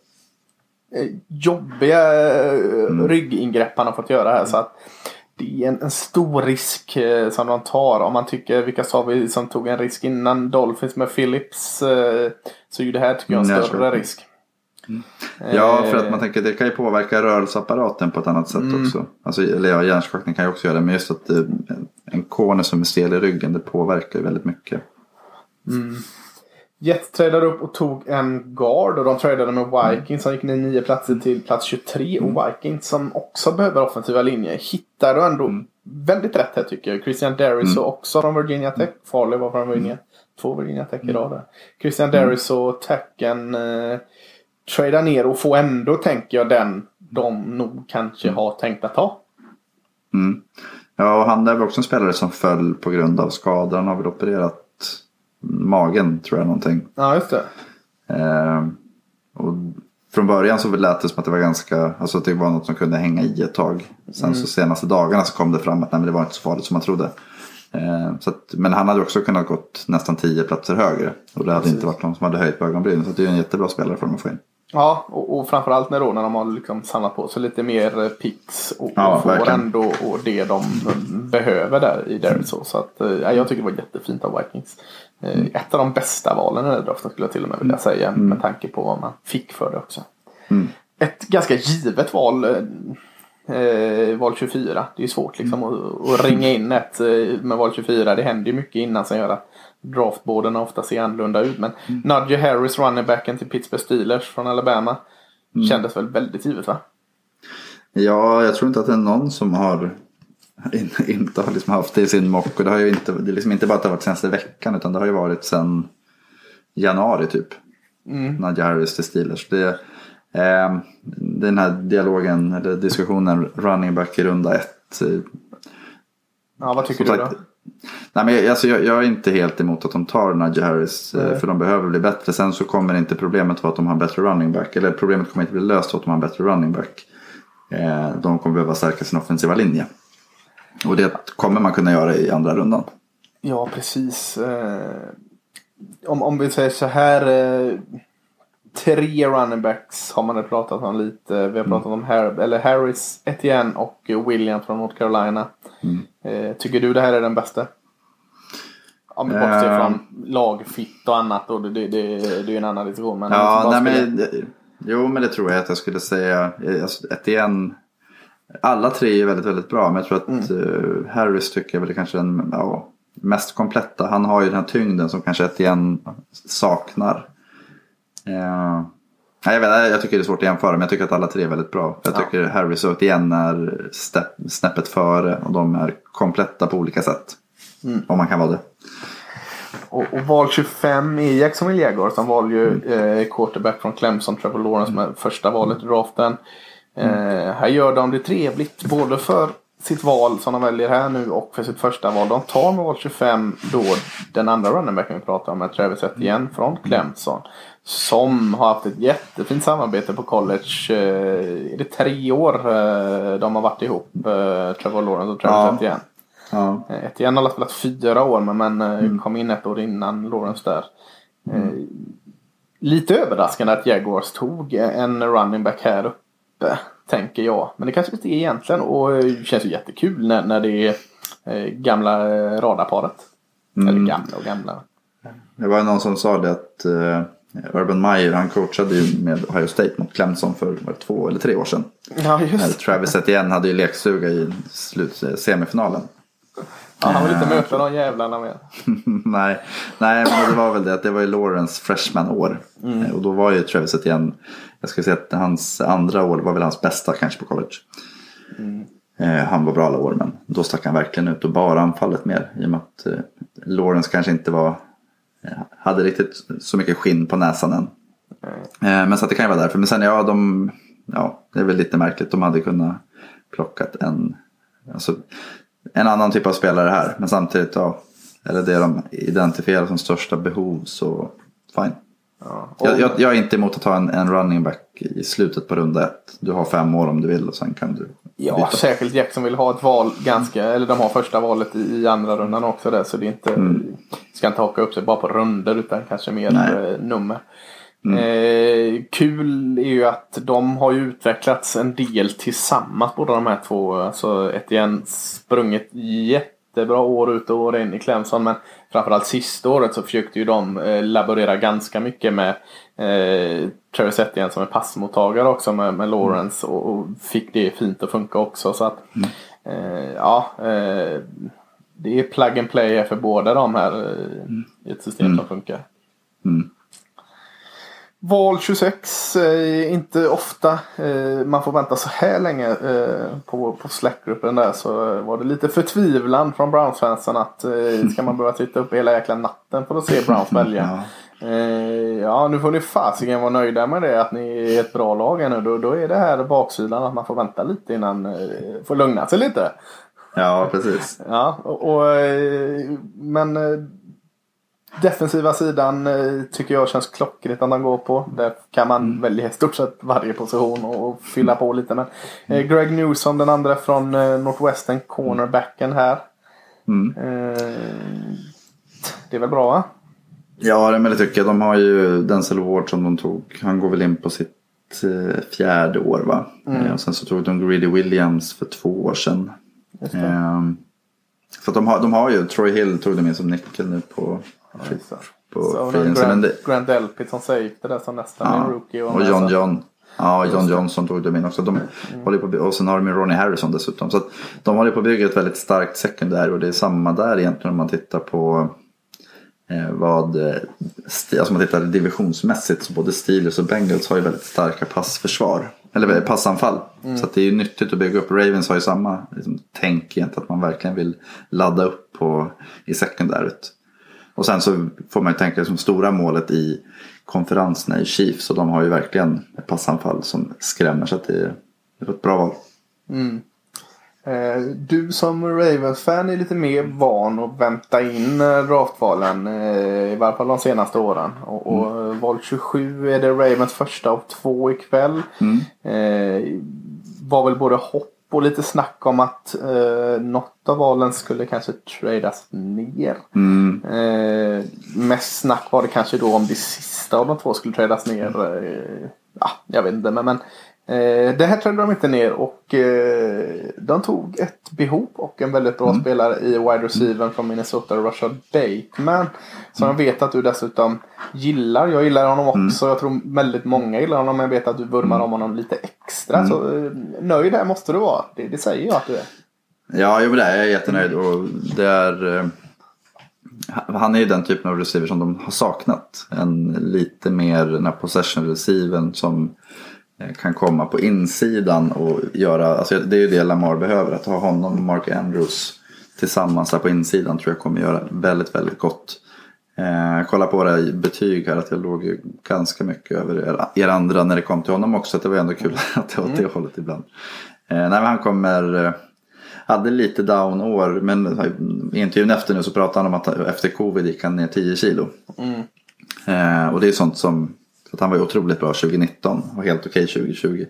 jobbiga mm. ryggingrepp han har fått göra här, så att det är en, en stor risk eh, som de tar. Om man tycker, vilka sa vi som tog en risk innan, Dolphins med Phillips, eh, så är ju det här tycker jag en större mm, risk. Mm. Ja, för att man tänker det kan ju påverka rörelseapparaten på ett annat sätt mm. också. Alltså, eller ja, hjärnskakning kan ju också göra det, men just att eh, en corner som är stel i ryggen, det påverkar ju väldigt mycket. Mm. Jets tradade upp och tog en guard, och de tradade med Vikings som gick ner nio platser till plats tjugotre, och Vikings som också behöver offensiva linjer hittar du ändå mm. väldigt rätt här tycker jag. Christian Darris mm. och också från Virginia Tech. Farley var från Virginia. Två Virginia Tech idag där. Christian Darris och Techen eh, tradar ner och får ändå, tänker jag, den de nog kanske har tänkt att ta. Mm. Ja, och han är väl också en spelare som föll på grund av skador. Han har väl opererat magen, tror jag, någonting. Ja, just det. Eh, och från början så lät det som att det var ganska, alltså att det var något som kunde hänga i ett tag. Sen mm. så senaste dagarna så kom det fram att nej, men det var inte så farligt som man trodde. Eh, så att, men han hade också kunnat gått nästan tio platser högre. Och det hade Precis. inte varit någon som hade höjt på ögonbrynen. Så det är ju en jättebra spelare för dem att få in. Ja, och, och framförallt när, då, när de har liksom samlat på sig lite mer picks och, ja, och får verkligen. ändå och det de behöver där i Darris. Så, så att, ja, jag tycker det var jättefint av Vikings. Mm. Ett av de bästa valen i den här draften skulle jag till och med vilja säga, mm. med tanke på vad man fick för det också. Mm. Ett ganska givet val, eh, val tjugofyra. Det är ju svårt liksom mm. att, att ringa in ett med val tjugofyra. Det händer ju mycket innan som gör att draftboarden ofta ser annorlunda ut. Men mm. Najee Harris, running backen till Pittsburgh Steelers från Alabama, mm. kändes väl väldigt givet, va? Ja, jag tror inte att det är någon som har in, inte har liksom haft det i sin mock. Och det har ju inte, det är liksom inte bara att det har varit senaste veckan, utan det har ju varit sedan januari typ. Mm. Najee Harris till Steelers. Det, eh, den här dialogen eller diskussionen running back i runda ett. Ja, vad tycker du då? Nej, men alltså, jag, jag är inte helt emot att de tar Najee Harris, mm. för de behöver bli bättre. Sen så kommer inte problemet vara att de har en bättre running back. Eller problemet kommer inte bli löst för att de har en bättre running back. Eh, de kommer behöva stärka sin offensiva linje. Och det kommer man kunna göra i andra rundan. Ja, precis. Eh, om, om vi säger så här, eh, tre running backs har man pratat om lite. Vi har pratat mm. om Har- eller Harris, Etienne och Williams från North Carolina. Mm. Eh, tycker du det här är den bästa? Om vi bortser uh, från lagfitt och annat, och det, det, det, det är en annan diskussion. Men ja, nej, men det, jo, men det tror jag att jag skulle säga. Alltså, Etienne, alla tre är väldigt, väldigt bra. Men jag tror att mm. uh, Harris tycker jag väl kanske den ja, mest kompletta. Han har ju den här tyngden som kanske Etienne saknar. Uh, jag, vet, jag tycker det är svårt att jämföra, men jag tycker att alla tre är väldigt bra. Jag tycker ja. Harris och Etienne är step, snäppet före, och de är kompletta på olika sätt. Mm. Om man kan vara det. Och, och val tjugofem är Jacksonville Jaguars. De valde ju mm. eh, quarterback från Clemson, Trevor Lawrence, med första valet i draften. Eh, mm. Här gör de det trevligt både för sitt val som de väljer här nu och för sitt första val. De tar med val tjugofem då den andra running backen vi pratar om, med Travis Etienne från Clemson. Som har haft ett jättefint samarbete på college. Är det tre år de har varit ihop, Trevor Lawrence och Travis ja. Etienne? Ja. Etienne har spelat fyra år men, men mm. kom in ett år innan Lawrence där. Mm. Lite överraskande att Jaguars tog en running back här uppe, tänker jag. Men det kanske inte är egentligen. Och det känns ju jättekul när, när det är gamla radarparet. Mm. Eller gamla och gamla. Det var någon som sa det att uh, Urban Meyer, han coachade ju med Ohio State mot Clemson för var det två eller tre år sedan. Ja, just. Travis Etienne hade ju leksuga i slut, semifinalen. Ja, han vill inte möta de jävlarna med. nej, nej, men det var väl det att det var ju Lawrence freshman-år. Mm. Och då var ju Travis Etienne, jag ska säga att hans andra år var väl hans bästa kanske på college. Mm. Eh, han var bra alla år, men då stack han verkligen ut och bara anfallet mer. I och med att eh, Lawrence kanske inte var, eh, hade riktigt så mycket skinn på näsan än. Mm. Eh, men så att det kan ju vara därför. Men sen ja, de, ja, det är väl lite märkligt. De hade kunnat plockat en, alltså en annan typ av spelare här. Men samtidigt, ja, eller det de identifierar som största behov, så fine. Ja. Jag, jag, jag är inte emot att ta en, en running back i slutet på runda ett. Du har fem år om du vill och sen kan du ja, byta. Särskilt Jackson vill ha ett val ganska, eller de har första valet i, i andra rundan också där, så det är inte, mm. ska inte haka upp sig bara på runder utan kanske mer eh, nummer. Mm. Eh, kul är ju att de har ju utvecklats en del tillsammans, båda de här två. Alltså Etienne sprungit jättebra år ut och år in i Clemson, men framförallt sista året så försökte ju de eh, laborera ganska mycket med eh, Travis Etienne som är passmottagare också med, med Lawrence, mm. och, och fick det fint att funka också, så att mm. eh, ja eh, det är plug and play för båda de här eh, mm. i ett system mm. som funkar. Mm. Val tjugosex, eh, inte ofta eh, man får vänta så här länge eh, på, på Slack-gruppen där, så eh, var det lite förtvivlan från Browns-fansen att eh, ska man behöva titta upp hela jäkla natten för att se Browns välja. Ja. Eh, ja, nu får ni fasiken vara nöjda med det, att ni är ett bra lag nu. Då, då är det här baksidan att man får vänta lite innan, eh, får lugna sig lite. Ja, precis. Ja, och, och men eh, defensiva sidan eh, tycker jag känns klockrent att man går på. Där kan man mm. välja i stort sett varje position och, och fylla på lite. Men eh, Greg Newsom, den andra från eh, Northwestern, cornerbacken här. Mm. Eh, det är väl bra, va? Ja, det, men det tycker jag. De har ju Denzel Ward som de tog. Han går väl in på sitt eh, fjärde år, va? Mm. Eh, och sen så tog de Greedy Williams för två år sedan. Eh, så att de har, de har ju Troy Hill tog de in som nyckel nu på... Ja, på Grant, det... Grant Delpit som safety där som nästan ja. en rookie. Och, och John John. Ja, John Johnson tog de in också. De mm. håller på, och sen har de ju Ronnie Harrison dessutom. Så att de håller på att bygga ett väldigt starkt sekundär. Och det är samma där egentligen om man tittar på eh, vad... St- alltså man tittar divisionsmässigt. Så både Steelers och Bengals har ju väldigt starka passförsvar. Eller passanfall. Mm. Så att det är ju nyttigt att bygga upp. Ravens har ju samma liksom, tänk egentligen. Att man verkligen vill ladda upp på, i sekundäret. Och sen så får man ju tänka som stora målet i konferenserna i Chiefs. Så de har ju verkligen ett passanfall som skrämmer, så att det är, det är ett bra val. Mm. Eh, du som Ravens-fan är lite mer van att vänta in draftvalen. Eh, I varje fall de senaste åren. Och, och mm. val tjugosju är det Ravens första av två ikväll. Mm. Eh, var väl både hopp och lite snack om att eh, något av valen skulle kanske tradas ner. Mm. Eh, mest snack var det kanske då om det sista av de två skulle tradas ner. Eh, ja, jag vet inte. Men, men eh, det här tradade de inte ner. Och eh, de tog ett behov och en väldigt bra mm. spelare i wide receiver från Minnesota, Rashad Bateman. Som mm. jag vet att du dessutom gillar. Jag gillar honom också. Mm. Jag tror väldigt många gillar honom. Men jag vet att du vurmar mm. om honom lite extra. Mm. Så eh, nöjd här måste du vara. Det, det säger jag att du är. Ja, jo, det är jag är jättenöjd. Och det är... Eh, han är ju den typen av receiver som de har saknat. En lite mer den här possession receiver som kan komma på insidan och göra, alltså det är ju det Lamar behöver, att ha honom och Mark Andrews tillsammans där på insidan tror jag kommer göra väldigt, väldigt gott. Eh, kolla på våra betyg här, att jag låg ju ganska mycket över er, er andra när det kom till honom också, att det var ändå kul att det var åt det hållet ibland. Eh, nej, men han kommer, hade lite down-år. Men i intervjun efter nu så pratade han om att efter covid gick han ner tio kilo. Mm. Eh, och det är sånt som, att han var otroligt bra tjugonitton och helt okej tjugohundratjugo.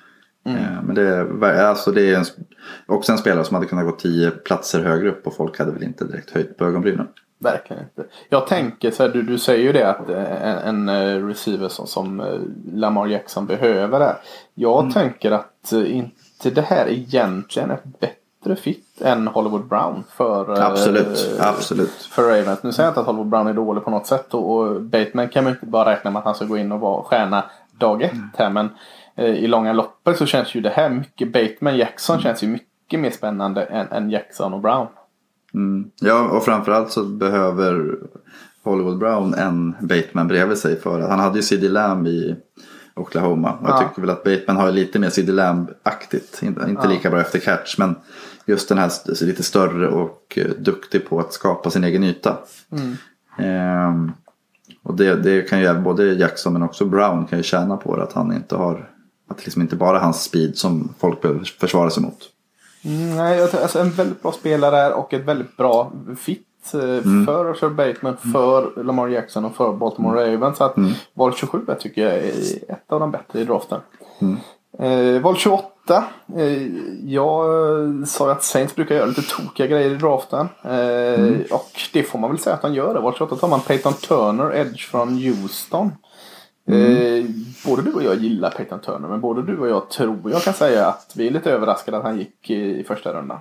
Mm. Eh, men det, alltså det är en, också en spelare som hade kunnat gå tio platser högre upp och folk hade väl inte direkt höjt på ögonbrynen. Verkligen inte. Jag tänker så här, du, du säger ju det att en, en receiver som, som Lamar Jackson behöver det. Jag mm. tänker att inte det här egentligen är ett bättre fit än Hollywood Brown för, absolut, äh, absolut. för Ravens. Nu säger jag inte att Hollywood Brown är dålig på något sätt och, och Bateman kan man inte bara räkna med att han ska gå in och vara stjärna dag ett mm. här, men eh, i långa loppet så känns ju det här mycket Bateman Jackson mm. känns ju mycket mer spännande än, än Jackson och Brown. Mm. Ja, och framförallt så behöver Hollywood Brown en Bateman bredvid sig för att han hade ju C D Lamb i Oklahoma. Och ja. Jag tycker väl att Bateman har lite mer C D Lamb-aktigt. Inte, inte ja. lika bra efter catch, men just den här lite större och duktig på att skapa sin egen yta. Mm. Ehm, och det, det kan ju både Jackson men också Brown kan ju tjäna på det, att han inte har, att det liksom inte bara är hans speed som folk behöver försvara sig mot. Mm, nej, alltså en väldigt bra spelare och ett väldigt bra fit mm. för Rashard Bateman, för Lamar Jackson och för Baltimore mm. Ravens. Så att mm. val tjugosju tycker jag är ett av de bättre i draften. Mm. Eh, val tjugoåtta. Eh, jag sa att Saints brukar göra lite tokiga grejer i draften. Eh, mm. Och det får man väl säga att han gör det. Val tjugoåtta tar man Peyton Turner, edge från Houston. Mm. Eh, både du och jag gillar Peyton Turner, men både du och jag tror jag kan säga att vi är lite överraskade att han gick i, i första rundan.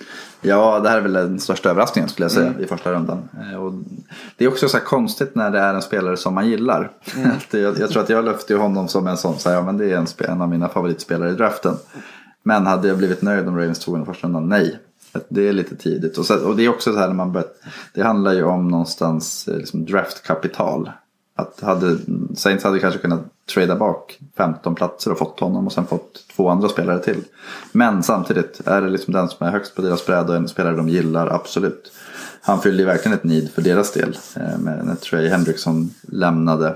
Ja, det här är väl den största överraskningen skulle jag säga mm. i första rundan. Eh, och det är också så här konstigt när det är en spelare som man gillar. Mm. jag, jag tror att jag lyfte honom som en sån, så här, ja, men det är en, en av mina favoritspelare i draften. Men hade jag blivit nöjd om Ravens tog den första rundan? Nej. Det är lite tidigt. Och, så, och det är också så här när man börjar, det handlar ju om någonstans liksom draftkapital. Att hade, Saints hade kanske kunnat trada bak femton platser och fått honom och sen fått två andra spelare till. Men samtidigt är det liksom den som är högst på deras bräd och en spelare de gillar, absolut. Han fyllde verkligen ett need för deras del. Men när Trey Hendrickson lämnade,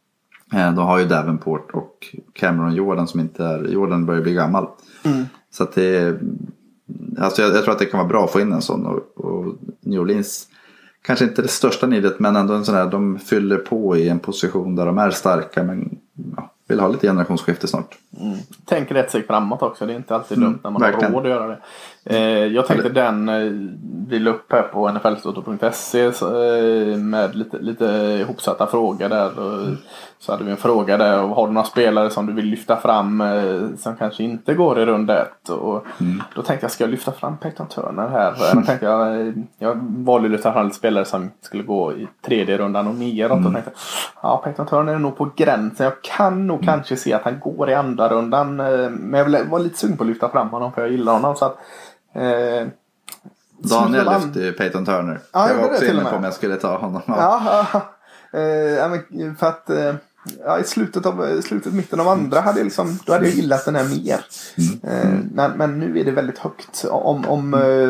då har ju Davenport och Cameron Jordan som inte är, Jordan börjar bli gammal. Mm. Så att det, alltså jag, jag tror att det kan vara bra att få in en sån, och, och New Orleans kanske inte det största nidet, men ändå en sån här, de fyller på i en position där de är starka, men ja, vill ha lite generationsskifte snart. Mm. Tänker rätt sig framåt också, det är inte alltid dumt mm, när man verkligen har råd att göra det. Eh, jag tänkte Eller... den eh, vi la upp här på N F L Toto punkt se eh, med lite, lite ihopsatta frågor där. Och, mm. Så hade vi en fråga där, och har du några spelare som du vill lyfta fram eh, som kanske inte går i runda ett? Och mm. då tänkte jag, ska jag lyfta fram Peyton Turner här? Mm. Då tänkte jag, jag valde att lyfta fram spelare som skulle gå i tredje rundan och neråt. Mm. Och tänkte, ja, Peyton Turner är nog på gränsen. Jag kan nog mm. kanske se att han går i andra rundan. Eh, men jag var lite sugen på att lyfta fram honom, för jag gillar honom. Så att, eh, Daniel lyfte ju Peyton Turner. Ja, jag var också inne på om jag skulle ta honom. Ja, ja. Eh, men för att eh, ja, i slutet av slutet mitten av andra hade jag liksom, då hade jag gillat den här mer. Mm. Eh, men, men nu är det väldigt högt. Om, om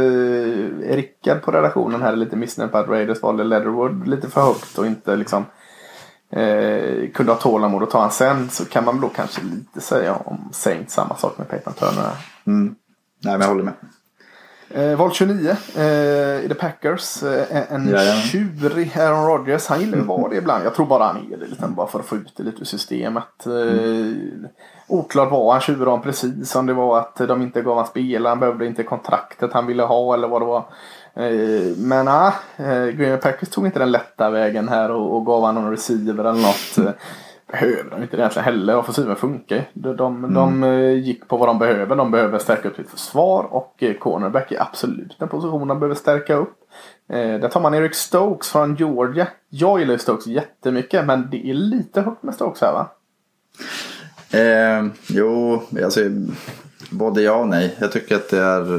eh, Rickard på redaktionen här är lite missnöjd på att Raiders valde Leatherwood lite för högt och inte liksom eh, kunde ha tålamod och ta han sen, så kan man då kanske lite säga om Saints samma sak med Peyton Turner. Mm. Nej, men jag håller med. Eh, val tjugonio eh, i The Packers, eh, en ja, ja. tjurig Aaron Rodgers. Han gillar ju vara det ibland. Jag tror bara han är det lite, bara för att få ut det lite ur systemet. eh, mm. Oklart var han tjurig om, precis om det var att de inte gav han spela, han behövde inte kontraktet han ville ha eller vad det var. eh, men nej, eh, Green Bay Packers tog inte den lätta vägen här och, och gav han någon receiver eller något. mm. Behöver de inte egentligen heller. Offensiven funkar. De, de, mm. de gick på vad de behöver. De behöver stärka upp sitt försvar. Och cornerback är absolut den positionen de behöver stärka upp. Eh, där tar man Eric Stokes från Georgia. Jag gillar Stokes jättemycket, men det är lite högt med Stokes här, va? Eh, jo, alltså både ja och nej. Jag tycker att det är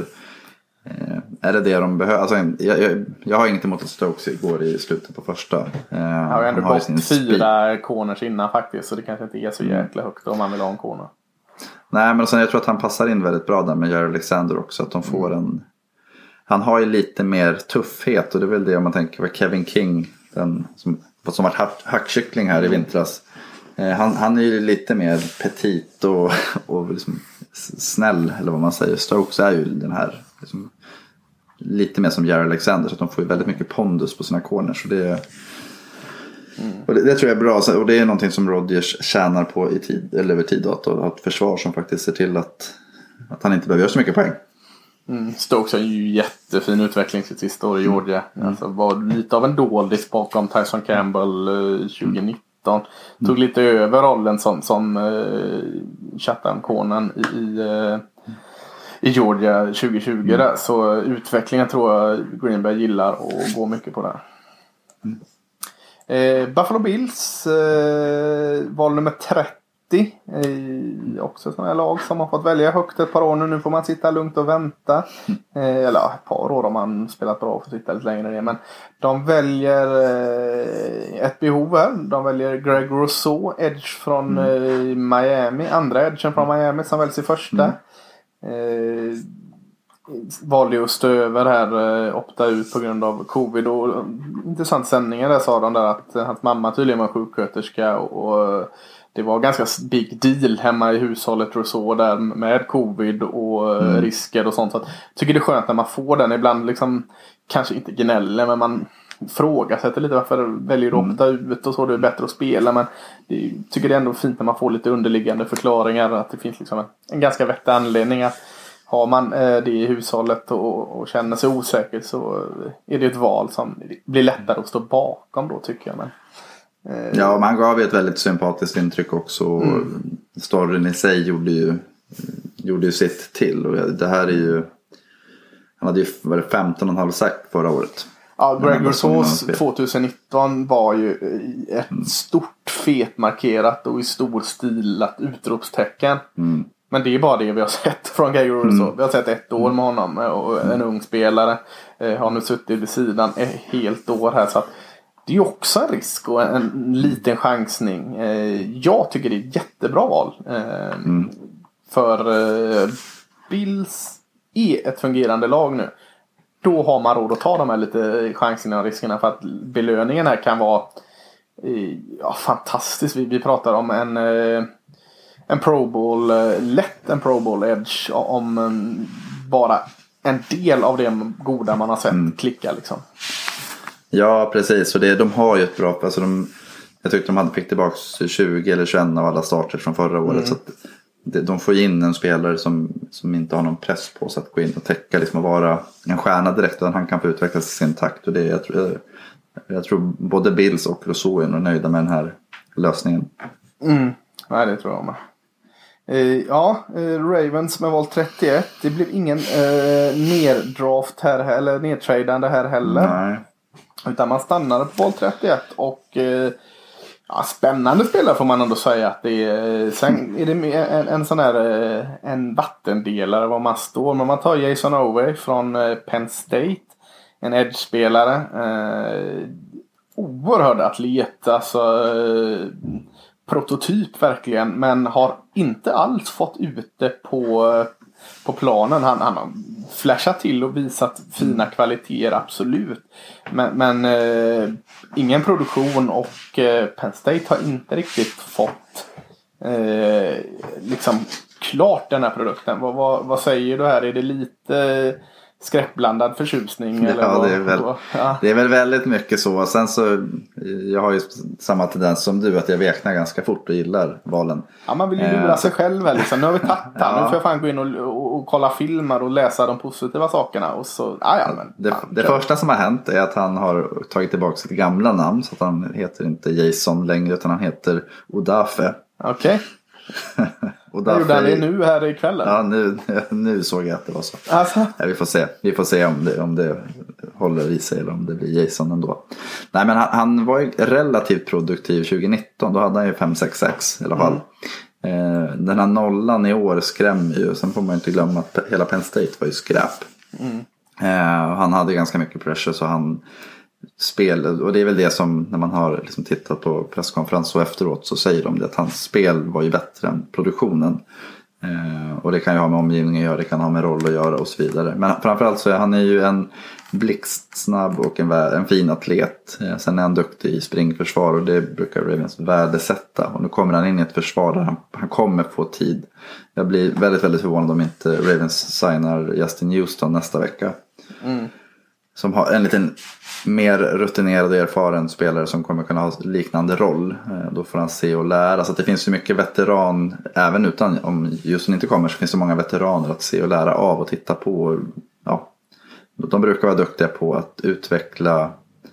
är det det de behöver? Alltså, jag, jag, jag har inget emot att Stokes går i slutet på första. Eh, jag har ändå gått fyra corners innan faktiskt, så det kanske inte är så jäkla högt om man vill ha en corner. Nej, men sen jag tror att han passar in väldigt bra där med Jared Alexander också. Att de får en... Han har ju lite mer tuffhet, och det är väl det om man tänker på Kevin King, den som, som varit hack, hackkyckling här i vintras. Eh, han, han är ju lite mer petit och, och liksom snäll, eller vad man säger. Stokes är ju den här liksom, lite mer som Jared Alexander, så att de får ju väldigt mycket pondus på sina corners. Och det, mm. och det, det tror jag är bra, och det är någonting som Rodgers tjänar på i tid, eller över tid, att ha ett försvar som faktiskt ser till att, att han inte behöver göra så mycket poäng. Mm, Stokes har ju jättefin utveckling sitt sista år i Georgia. Mm. Alltså var lite av en doldis bakom Tyson Campbell eh, tjugonitton. Mm. Tog lite över rollen som, som eh, Chatham-konen i, i, eh, i Georgia tjugohundratjugo. Mm. Där. Så utvecklingen tror jag Green Bay gillar och går mycket på där. Mm. Eh, Buffalo Bills eh, val nummer trettio. Eh, också sådana här lag som har fått välja högt ett par år nu. Nu får man sitta lugnt och vänta. Eh, eller ett par år om man spelat bra och får sitta lite längre ner. Men de väljer eh, ett behov här. De väljer Greg Rousseau, edge från mm. eh, Miami. Andra edgen från Miami som väljs i första. Mm. Eh, valde ju att stå över här, eh, opta ut på grund av covid. Och uh, intressant sändningar där sa de där att uh, hans mamma tydligen var sjuksköterska och, och uh, det var ganska big deal hemma i hushållet och så där med covid och uh, mm. risker och sånt. Så att, jag tycker det är skönt när man får den ibland liksom, kanske inte gnäller men man frågasätter lite varför väljer du att opta ut och så, det är bättre att spela, men jag tycker det är ändå fint när man får lite underliggande förklaringar, att det finns liksom en, en ganska vettig anledning att har man eh, det i hushållet och, och känner sig osäker, så är det ett val som blir lättare att stå bakom då, tycker jag. Men, eh, ja, man gav ju ett väldigt sympatiskt intryck också. Mm. Storyn i sig gjorde ju, gjorde ju sitt till. Och det här är ju, han hade ju varit femton komma fem sack förra året. Ja, Greg Rousseaus tjugonitton var ju ett mm. stort fetmarkerat och i stor stilat utropstecken. Mm. Men det är bara det vi har sett från Greg Rousseau. Mm. Vi har sett ett år med honom och en ung spelare eh, har nu suttit vid sidan ett helt år här. Så att det är ju också en risk och en, en liten chansning. Eh, jag tycker det är ett jättebra val. Eh, mm. För eh, Bills är ett fungerande lag nu. Då har man råd att ta de här lite chansningarna och riskerna, för att belöningen här kan vara eh, ja, fantastisk. Vi, vi pratar om en... Eh, En Pro Bowl, lätt en Pro Bowl edge om en, bara en del av det goda man har sett mm. klicka liksom. Ja, precis. Och det, de har ju ett bra, alltså de, jag tyckte de hade fick tillbaka tjugo eller tjugoett av alla starter från förra året. Mm. Så att det, de får in en spelare som, som inte har någon press på sig att gå in och täcka liksom, och vara en stjärna direkt, utan han kan få utvecklas i sin takt. Och det, jag, tror, jag tror både Bills och Rousseau är nöjda med den här lösningen. Mm. Nej, det tror jag med. Ja, Ravens med val trettioett. Det blev ingen eh, neddraft här, eller nedtradande här heller. Nej. Utan man stannade på val trettioett. Och eh, ja, spännande spelare får man ändå säga att det är. Sen är det en, en sån här en vattendelare var man står. Men man tar Jason Oweh från Penn State, en edge-spelare. Eh, oerhörd atlet, alltså eh, prototyp verkligen, men har inte alls fått ut det på, på planen. Han, han har flashat till och visat fina kvaliteter, absolut. Men, men eh, ingen produktion, och eh, Penn State har inte riktigt fått eh, liksom klart den här produkten. Vad, vad, vad säger du här? Är det lite skräckblandad förtjusning? Ja, eller vad, det, är väl, ja. det är väl väldigt mycket så. Sen så, jag har ju samma tendens som du, att jag veknar ganska fort och gillar valen. Ja, man vill ju lura eh. sig själv här liksom. Nu har vi tagit ja. Nu får jag fan gå in och, och, och kolla filmer och läsa de positiva sakerna. Och så, ja, ja, men, det fan, det första som har hänt är att han har tagit tillbaka sitt gamla namn. Så att han heter inte Jason längre, utan han heter Odafe. Okej. Okay. Och därför, gjorde han det nu här ikväll? Ja, nu, nu såg jag att det var så. Alltså. Ja, vi får se, vi får se om det, om det håller i sig eller om det blir Jason ändå. Nej, men han, han var ju relativt produktiv tjugonitton. Då hade han ju fem sex sex i alla fall. Mm. Eh, den här nollan i år skrämmer ju. Sen får man inte glömma att hela Penn State var ju skräp. Mm. Eh, han hade ganska mycket pressure, så han spel, och det är väl det som när man har liksom tittat på presskonferens och efteråt, så säger de det, att hans spel var ju bättre än produktionen. Eh, och det kan ju ha med omgivningen att göra, det kan ha med roll att göra och så vidare. Men framförallt så är han är ju en blixtsnabb och en, en fin atlet. Eh, sen är han duktig i springförsvar och det brukar Ravens värdesätta. Och nu kommer han in i ett försvar där han, han kommer få tid. Jag blir väldigt, väldigt förvånad om inte Ravens signar Justin Houston nästa vecka. Mm. Som har en liten mer rutinerad och erfaren spelare som kommer kunna ha liknande roll. Då får han se och lära. Så att det finns så mycket veteran, även utan om Houston inte kommer, så finns det många veteraner att se och lära av och titta på. Ja, de brukar vara duktiga på att utveckla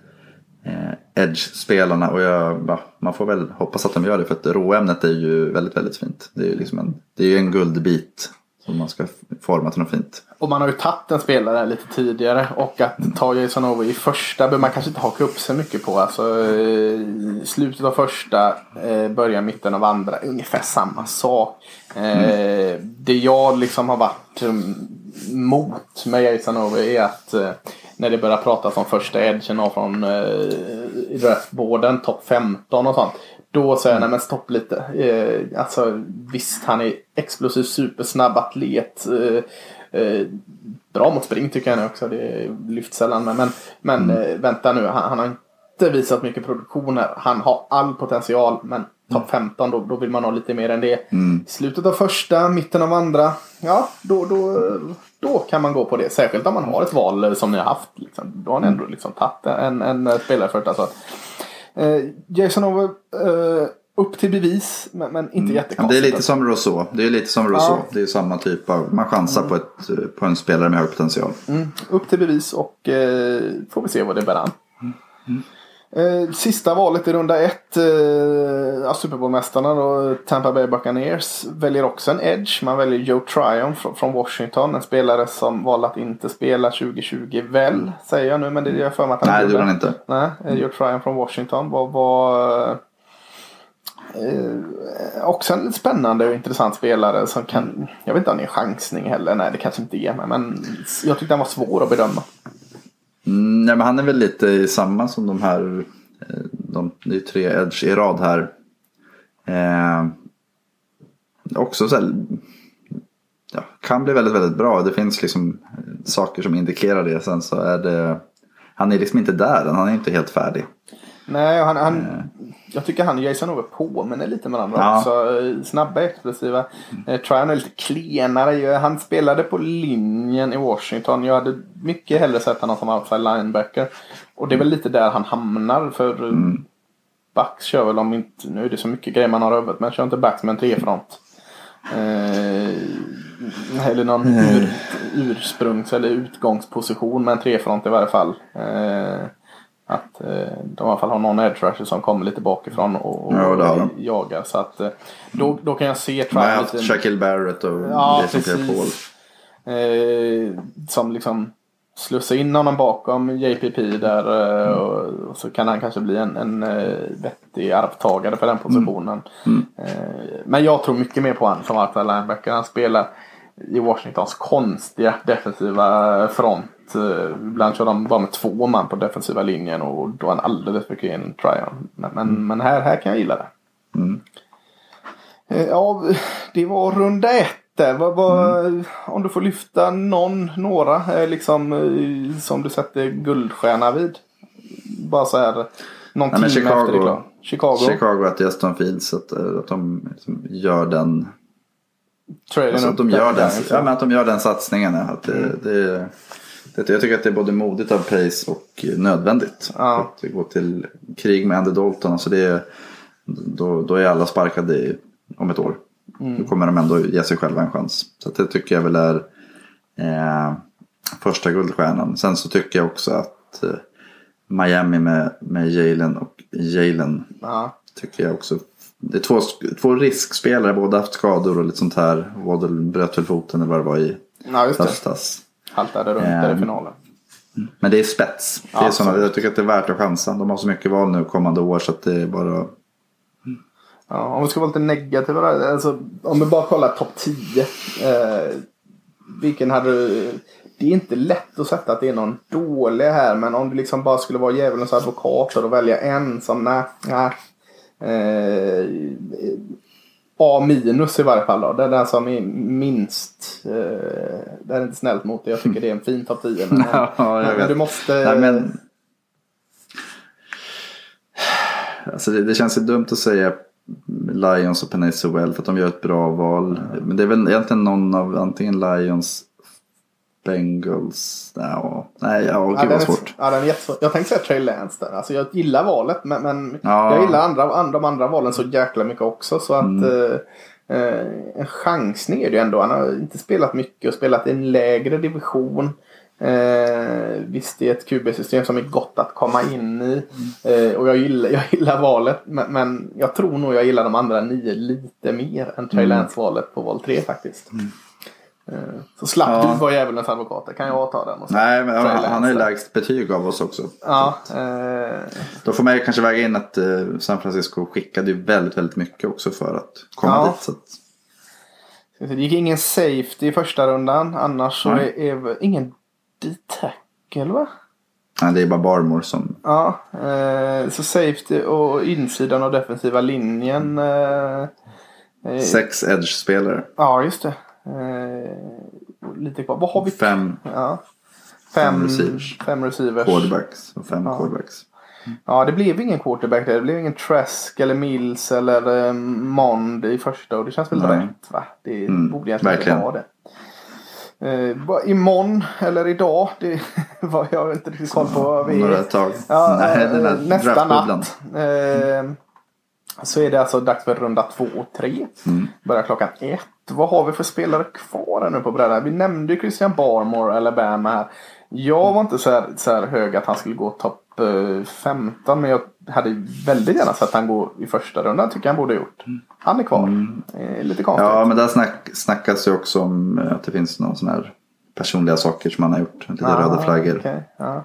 eh, edge-spelarna. Och jag, ja, man får väl hoppas att de gör det, för att råämnet är ju väldigt, väldigt fint. Det är ju liksom en, det är ju en guldbit som man ska forma till något fint. Och man har ju tagit en spelare lite tidigare. Och att ta Jason Over i första behöver man kanske inte haka upp sig mycket på. Alltså i slutet av första, eh, början mitten av andra, ungefär samma sak. Eh, mm. Det jag liksom har varit um, mot med Jason Over är att eh, när det börjar pratas om första edgen och från eh, draftboarden, topp femton och sånt. Då säger jag, nej men stopp lite. Eh, alltså visst, han är explosiv, supersnabb atlet. Eh, eh, bra mot spring tycker jag nu också. Det lyfts sällan. Men, men, men mm. eh, vänta nu, han, han har inte visat mycket produktioner. Han har all potential, men topp femton, då, då vill man ha lite mer än det. Mm. Slutet av första, mitten av andra. Ja, då, då, då kan man gå på det. Särskilt om man har ett val som ni har haft. Liksom. Då har ni ändå liksom tagit en, en spelare för det. Alltså. Eh, Jason Over eh, upp till bevis, men, men inte mm. jättekonstigt. Det är lite som Rousseau. Det är lite som Rousseau. Ja. Det är samma typ av, man chansar mm. på, ett, på en spelare med hög potential. Mm. Upp till bevis och eh, får vi se vad det bär an. Mm. Mm. Eh, sista valet i runda ett, eh, Super Bowl-mästarna då, Tampa Bay Buccaneers väljer också en edge. Man väljer Joe Tryon från, från Washington, en spelare som valde att inte spela tjugo tjugo väl, säger jag nu, men det är jag för mig att han Nej, det gjorde han inte. Nej, mm. Joe Tryon från Washington var, var eh, också en spännande och intressant spelare som kan, jag vet inte om det är en chansning heller, nej det kanske inte är, men jag tyckte han var svår att bedöma. Mm, nej, men han är väl lite i samma som de här, de, det är tre edge i rad här. Eh, också så här, ja, kan bli väldigt, väldigt bra. Det finns liksom saker som indikerar det. Sen så är det, han är liksom inte där, han är inte helt färdig. Nej, han, han, eh. jag tycker han och Jason Over på, men är lite med andra ja. också. Snabba, explosiva. Mm. Tryon är lite klenare. Han spelade på linjen i Washington. Jag hade mycket hellre sett honom som outside linebacker. Och det är väl lite där han hamnar. För mm. backs kör väl om inte, nu är det så mycket grejer man har övat, men kör inte backs med en trefront. Eh, eller någon mm. ur, ursprungs- eller utgångsposition med en trefront i varje fall. Eh, Att eh, de i alla fall har någon edge rusher som kommer lite bakifrån och, och ja, jagar. Så att eh, då, då kan jag se Tryon lite... Shaquille Barrett och ja, Jason Pierre-Paul. Eh, som liksom slussar in honom bakom J P P där. Eh, mm. och, och så kan han kanske bli en, en eh, vettig arvtagare för den positionen. Mm. Mm. Eh, men jag tror mycket mer på han som outside linebacker. Han spelar i Washingtons konstiga defensiva front. Ibland kör de bara med två man på defensiva linjen och då är han alldeles för klen Tryon. Men, men, mm. men här, här kan jag gilla det. Mm. Ja, det var runda ett där. Vad, vad, mm. Om du får lyfta någon, några liksom, som du sätter guldstjärna vid. Bara så här någon ja, timme Chicago, efter det klart. Chicago. Chicago att Justin Fields att, att de liksom gör den alltså, att de gör den, ja, men att de gör den satsningen. Att det, mm. det Jag tycker att det är både modigt av Pace och nödvändigt. Ja. Att gå till krig med Andy Dalton. Alltså det är, då, då är alla sparkade om ett år. Mm. Då kommer de ändå ge sig själva en chans. Så det tycker jag väl är eh, första guldstjärnan. Sen så tycker jag också att eh, Miami med, med Jalen och Jalen ja. tycker jag också. Det är två, två riskspelare. Båda haft skador och lite sånt här. Waddle bröt väl foten eller vad det var i ja, just det. höstas. Haltade runt där i finalen. Men det är spets. Det är såna, jag tycker att det är värt att chansa. De har så mycket val nu kommande år så att det är bara... Ja, om vi ska vara lite negativa där, alltså, om vi bara kollar topp tio. Eh, vilken hade du... Det är inte lätt att sätta att det är någon dålig här. Men om du liksom bara skulle vara djävulens advokat och välja en som nej, nej. Eh, A minus i varje fall då. Det är den som är minst. Eh, det är inte snällt mot det. Jag tycker det är en fin topp tio. Men, ja, men, men du måste... Nej, men... Alltså det, det känns ju dumt att säga Lions och Penny Sewell för att de gör ett bra val. Men det är väl egentligen någon av antingen Lions, Bengals. Ja, nej, ja, gud vad svårt. Ja, den är jättesvår. Jag tänkte säga Trey Lance där. Alltså jag gillar valet, men, men ja. jag gillar andra, andra, de andra valen så jäkla mycket också. Så att mm. eh, en chansning är det ju ändå. Han har inte spelat mycket och spelat i en lägre division. Eh, visst, det är ett Q B-system som är gott att komma in i. Eh, och jag gillar, jag gillar valet, men, men jag tror nog jag gillar de andra nio lite mer än Trey Lance-valet på val tre faktiskt. Mm. Så slapp ja. Du var djävulens advokat. Kan jag ta den? Och nej, men han, han har ju lägst betyg av oss också. Ja, eh... Då får man ju kanske väga in att eh, San Francisco skickade ju väldigt, väldigt mycket också för att komma ja. Dit. Så att... Det gick ingen safety i första rundan. Annars så är, är ingen D-tackle, va? Nej, det är bara Barmore som... Ja, eh, så safety och insidan av defensiva linjen. Eh, Sex edge-spelare. Ja, just det. Eh, lite kvar. Vad har vi? Fem. Ja. Fem, fem receivers. Fem receivers. Quarterbacks. Och fem ja. quarterbacks. Mm. Ja, det blev ingen quarterback där. Det blev ingen Trask eller Mills eller eh, Mond i första. Och det känns väl Nej. Rätt, va? Det mm, borde jag inte ha det. Eh, imorgon eller idag, det var jag inte riktigt koll på vad vi är. Tag. Ja, Nej, den här nästa natt. Eh, så är det alltså dags för runda två och tre. Mm. Börjar klockan ett. Vad har vi för spelare kvar nu på brädan? Vi nämnde ju Christian Barmore, Alabama här. Jag var inte så här, så här hög att han skulle gå topp femton. Men jag hade väldigt gärna sett att han går i första rundan. Tycker jag han borde ha gjort. Han är kvar. Mm. Är lite konstigt. Ja, men där snack, snackas ju också om att det finns någon sån här personliga saker som han har gjort. Lite ah, röda flaggor. Okay, ja.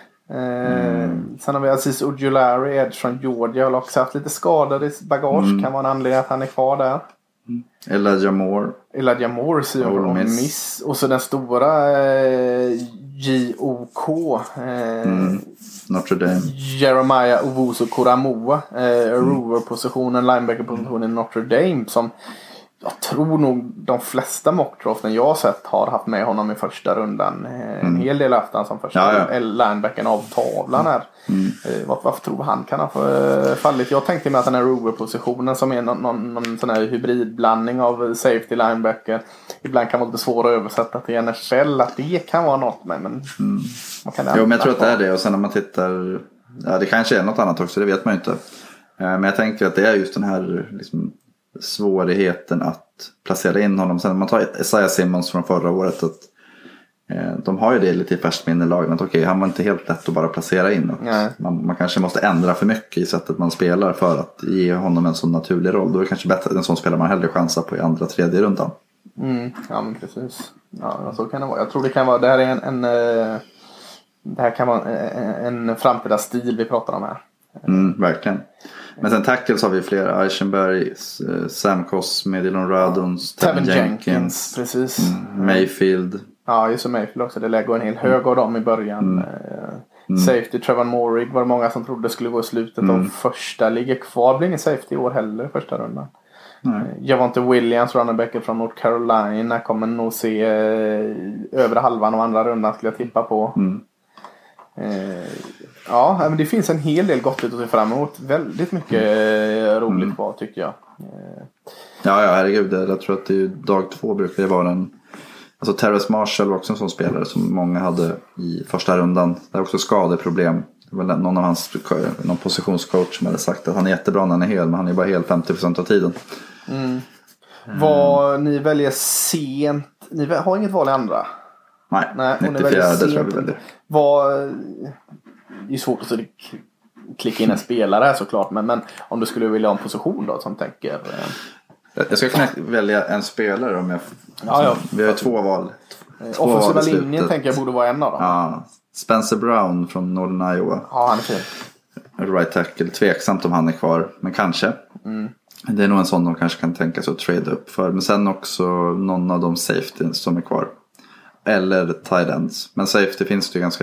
Eh, mm. Sen har vi Aziz Ojulari, Edge från Georgia. Har också haft lite skador i bagage. Mm. Kan vara en anledning att han är kvar där. Mm. Elijah Moore. Elijah Moore och miss. miss. Och så den stora eh, J O K eh, mm. Notre Dame. Jeremiah Owusu-Koramoah eh, mm. Rover-positionen, linebacker-positionen i Notre Dame som jag tror nog de flesta mockdraften jag har sett har haft med honom i första rundan. En mm. hel del haft han som första ja, ja. linebacken av tavlan här. Mm. Eh, varför, varför tror han kan ha fallit? Jag tänkte mig att den här rover-positionen som är någon, någon, någon sån här hybridblandning av safety linebacker ibland kan vara lite svår att översätta till N F L. Att det kan vara något med. Men mm. man kan jo, men jag tror att det är det. Och sen när man tittar, ja, det kanske är något annat också, det vet man ju inte. Men jag tänker att det är just den här liksom, svårigheten att placera in honom. Sen när man tar Isaiah Simmons från förra året att eh, de har ju det lite i färskt minne lagen att okej, okay, han var inte helt lätt att bara placera in. Man, man kanske måste ändra för mycket i sättet man spelar för att ge honom en sån naturlig roll. Då är det kanske bättre en sån spelare man hellre chansar på i andra, tredje rundan. Mm, ja men precis. Ja, så kan det vara. Jag tror det kan vara, det här är en, en det här kan vara en, en framtida stil vi pratar om här. Mm, verkligen. Men sen tackles har vi flera. Eichenberg, Sam Cosme, Dylan Radons, Tevin Jenkins, Jenkins. Precis. Mm, Mayfield. Ja, just som Mayfield också. Det lägger en hel hög av dem i början. Mm. Mm. Safety, Trevor Morig var det många som trodde skulle gå i slutet mm. av första. Ligger kvar, blir ingen safety i år heller i första rundan. Mm. Javonte Williams, runnerbacken från North Carolina, kommer nog se eh, övre halvan av andra rundan skulle jag tippa på. Mm. Eh, ja, men det finns en hel del gott att se fram emot. Väldigt mycket mm. roligt kvar tycker jag. Eh. Ja, ja, herregud. Jag tror att det är dag två brukar det vara en... Alltså Terrace Marshall var också en sån spelare som många hade i första rundan. Det är också skadeproblem. Det var någon av hans någon positionscoach som hade sagt att han är jättebra när han är hel, men han är bara hel femtio procent av tiden. Mm. Mm. Vad ni väljer sent. Ni har inget val i andra? Nej, Nej nittiofyra tror jag vi väljer. Vad, det är svårt att klicka in en spelare här såklart, men, men om du skulle vilja ha en position då som tänker... Jag ska kunna välja en spelare om jag... Ja, ja. Vi har två val. Två offensiva val linjen tänker jag borde vara en av dem. Ja, Spencer Brown från Northern Iowa. Ja, han är fin. Right tackle, tveksamt om han är kvar, men kanske. Mm. Det är nog en sån de kanske kan tänka sig att trade upp för. Men sen också någon av de safety som är kvar. Eller tight ends. Men safety finns det ju ganska mycket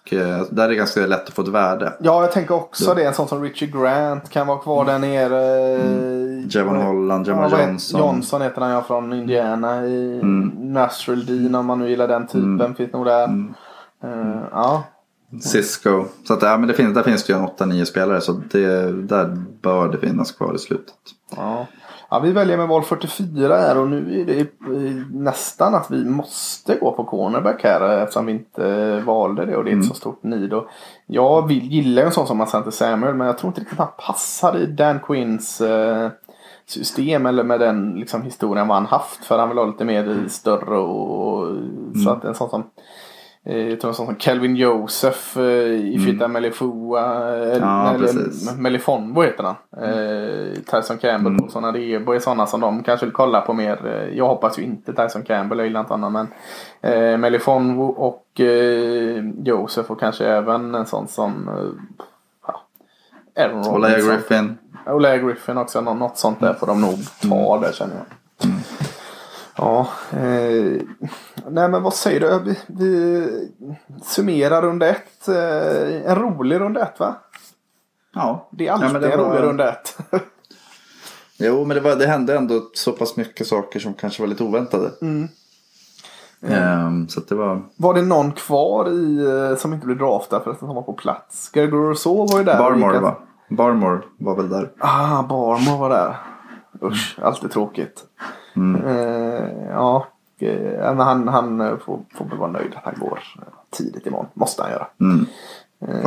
och eh, där är det ganska lätt att få ett värde. Ja, jag tänker också så. Det. En sån som Richie Grant kan vara kvar där nere. Mm. Javon Holland, Jamar ja, Johnson. Johnson heter han, jag från Indiana. I mm. Nashville Dean, om man nu gillar den typen. Mm. Finns nog där. Mm. Uh, ja. Cisco. Så att, ja, men det finns, där finns det ju en åtta nio spelare. Så det, där bör det finnas kvar i slutet. Ja. Ja, vi väljer med val fyrtiofyra här. Och nu är det nästan att vi måste gå på cornerback här. Eftersom vi inte valde det. Och det är mm. inte så stort nid. Och jag vill gilla en sån som Asante Samuel. Men jag tror inte riktigt att han passar i Dan Quinns eh, system. Eller med den liksom, historien vad han haft. För han vill ha lite mer större. Och, mm. Så att en sån som... Jag tror en sån som Calvin Joseph eh, i mm. Fita Melifua ja, eller Melifonbo heter han. Eh, Tyson Campbell mm. och sådana Rebo är sådana som de kanske vill kolla på mer. Jag hoppas ju inte Tyson Campbell, jag gillar inte honom, men eh, Melifonbo och eh, Joseph och kanske även en sån som eh, ja, Aaron Robinson. Olaya Griffin. Olaya Griffin också, något sånt där får de nog ta där, känner jag. Mm. Ja, eh, nej men vad säger du? Vi, vi summerar runda ett. Eh, en rolig runda ett, va? Ja. Det är alltid ja, det en var... rolig runda ett. Jo, men det, var, det hände ändå så pass mycket saker som kanske var lite oväntade. Mm. Um, så att det var... Var det någon kvar i, som inte blev draftad för att som var på plats? Gregory Rousseau var ju där. Barmore va? Barmore var väl där. Ah, Barmore var där. Usch, mm. alltid tråkigt. Mm. Uh, ja, uh, men han, han får, får väl vara nöjd att han går tidigt imorgon. Måste han göra. Mm. Uh,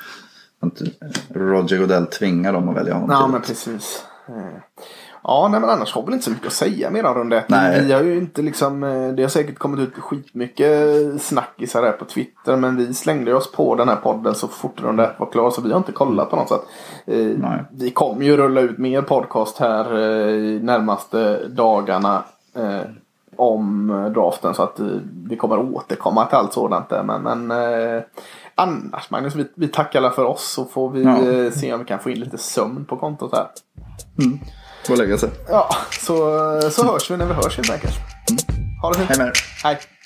Roger Goodell tvingar dem att välja honom. Ja, tidigt. men precis. Uh, ja, nej, men annars har väl inte så mycket att säga mer om runda ett. Vi har ju inte liksom, det har säkert kommit ut skitmycket snackisar här på Twitter, men vi slängde oss på den här podden så fort runda ett var klar, så vi har inte kollat på något sätt. Uh, vi kommer ju rulla ut mer podcast här uh, närmaste dagarna uh, om draften, så att uh, vi kommer återkomma till allt sådant där, men, men uh, annars Magnus, vi, vi tackar alla för oss, så får vi ja. uh, se om vi kan få in lite sömn på kontot här. Mm. Får lägga sig. Ja, så, så hörs vi när vi hörs helt enkelt. Mm. Ha det fint. Hej med er. Hej.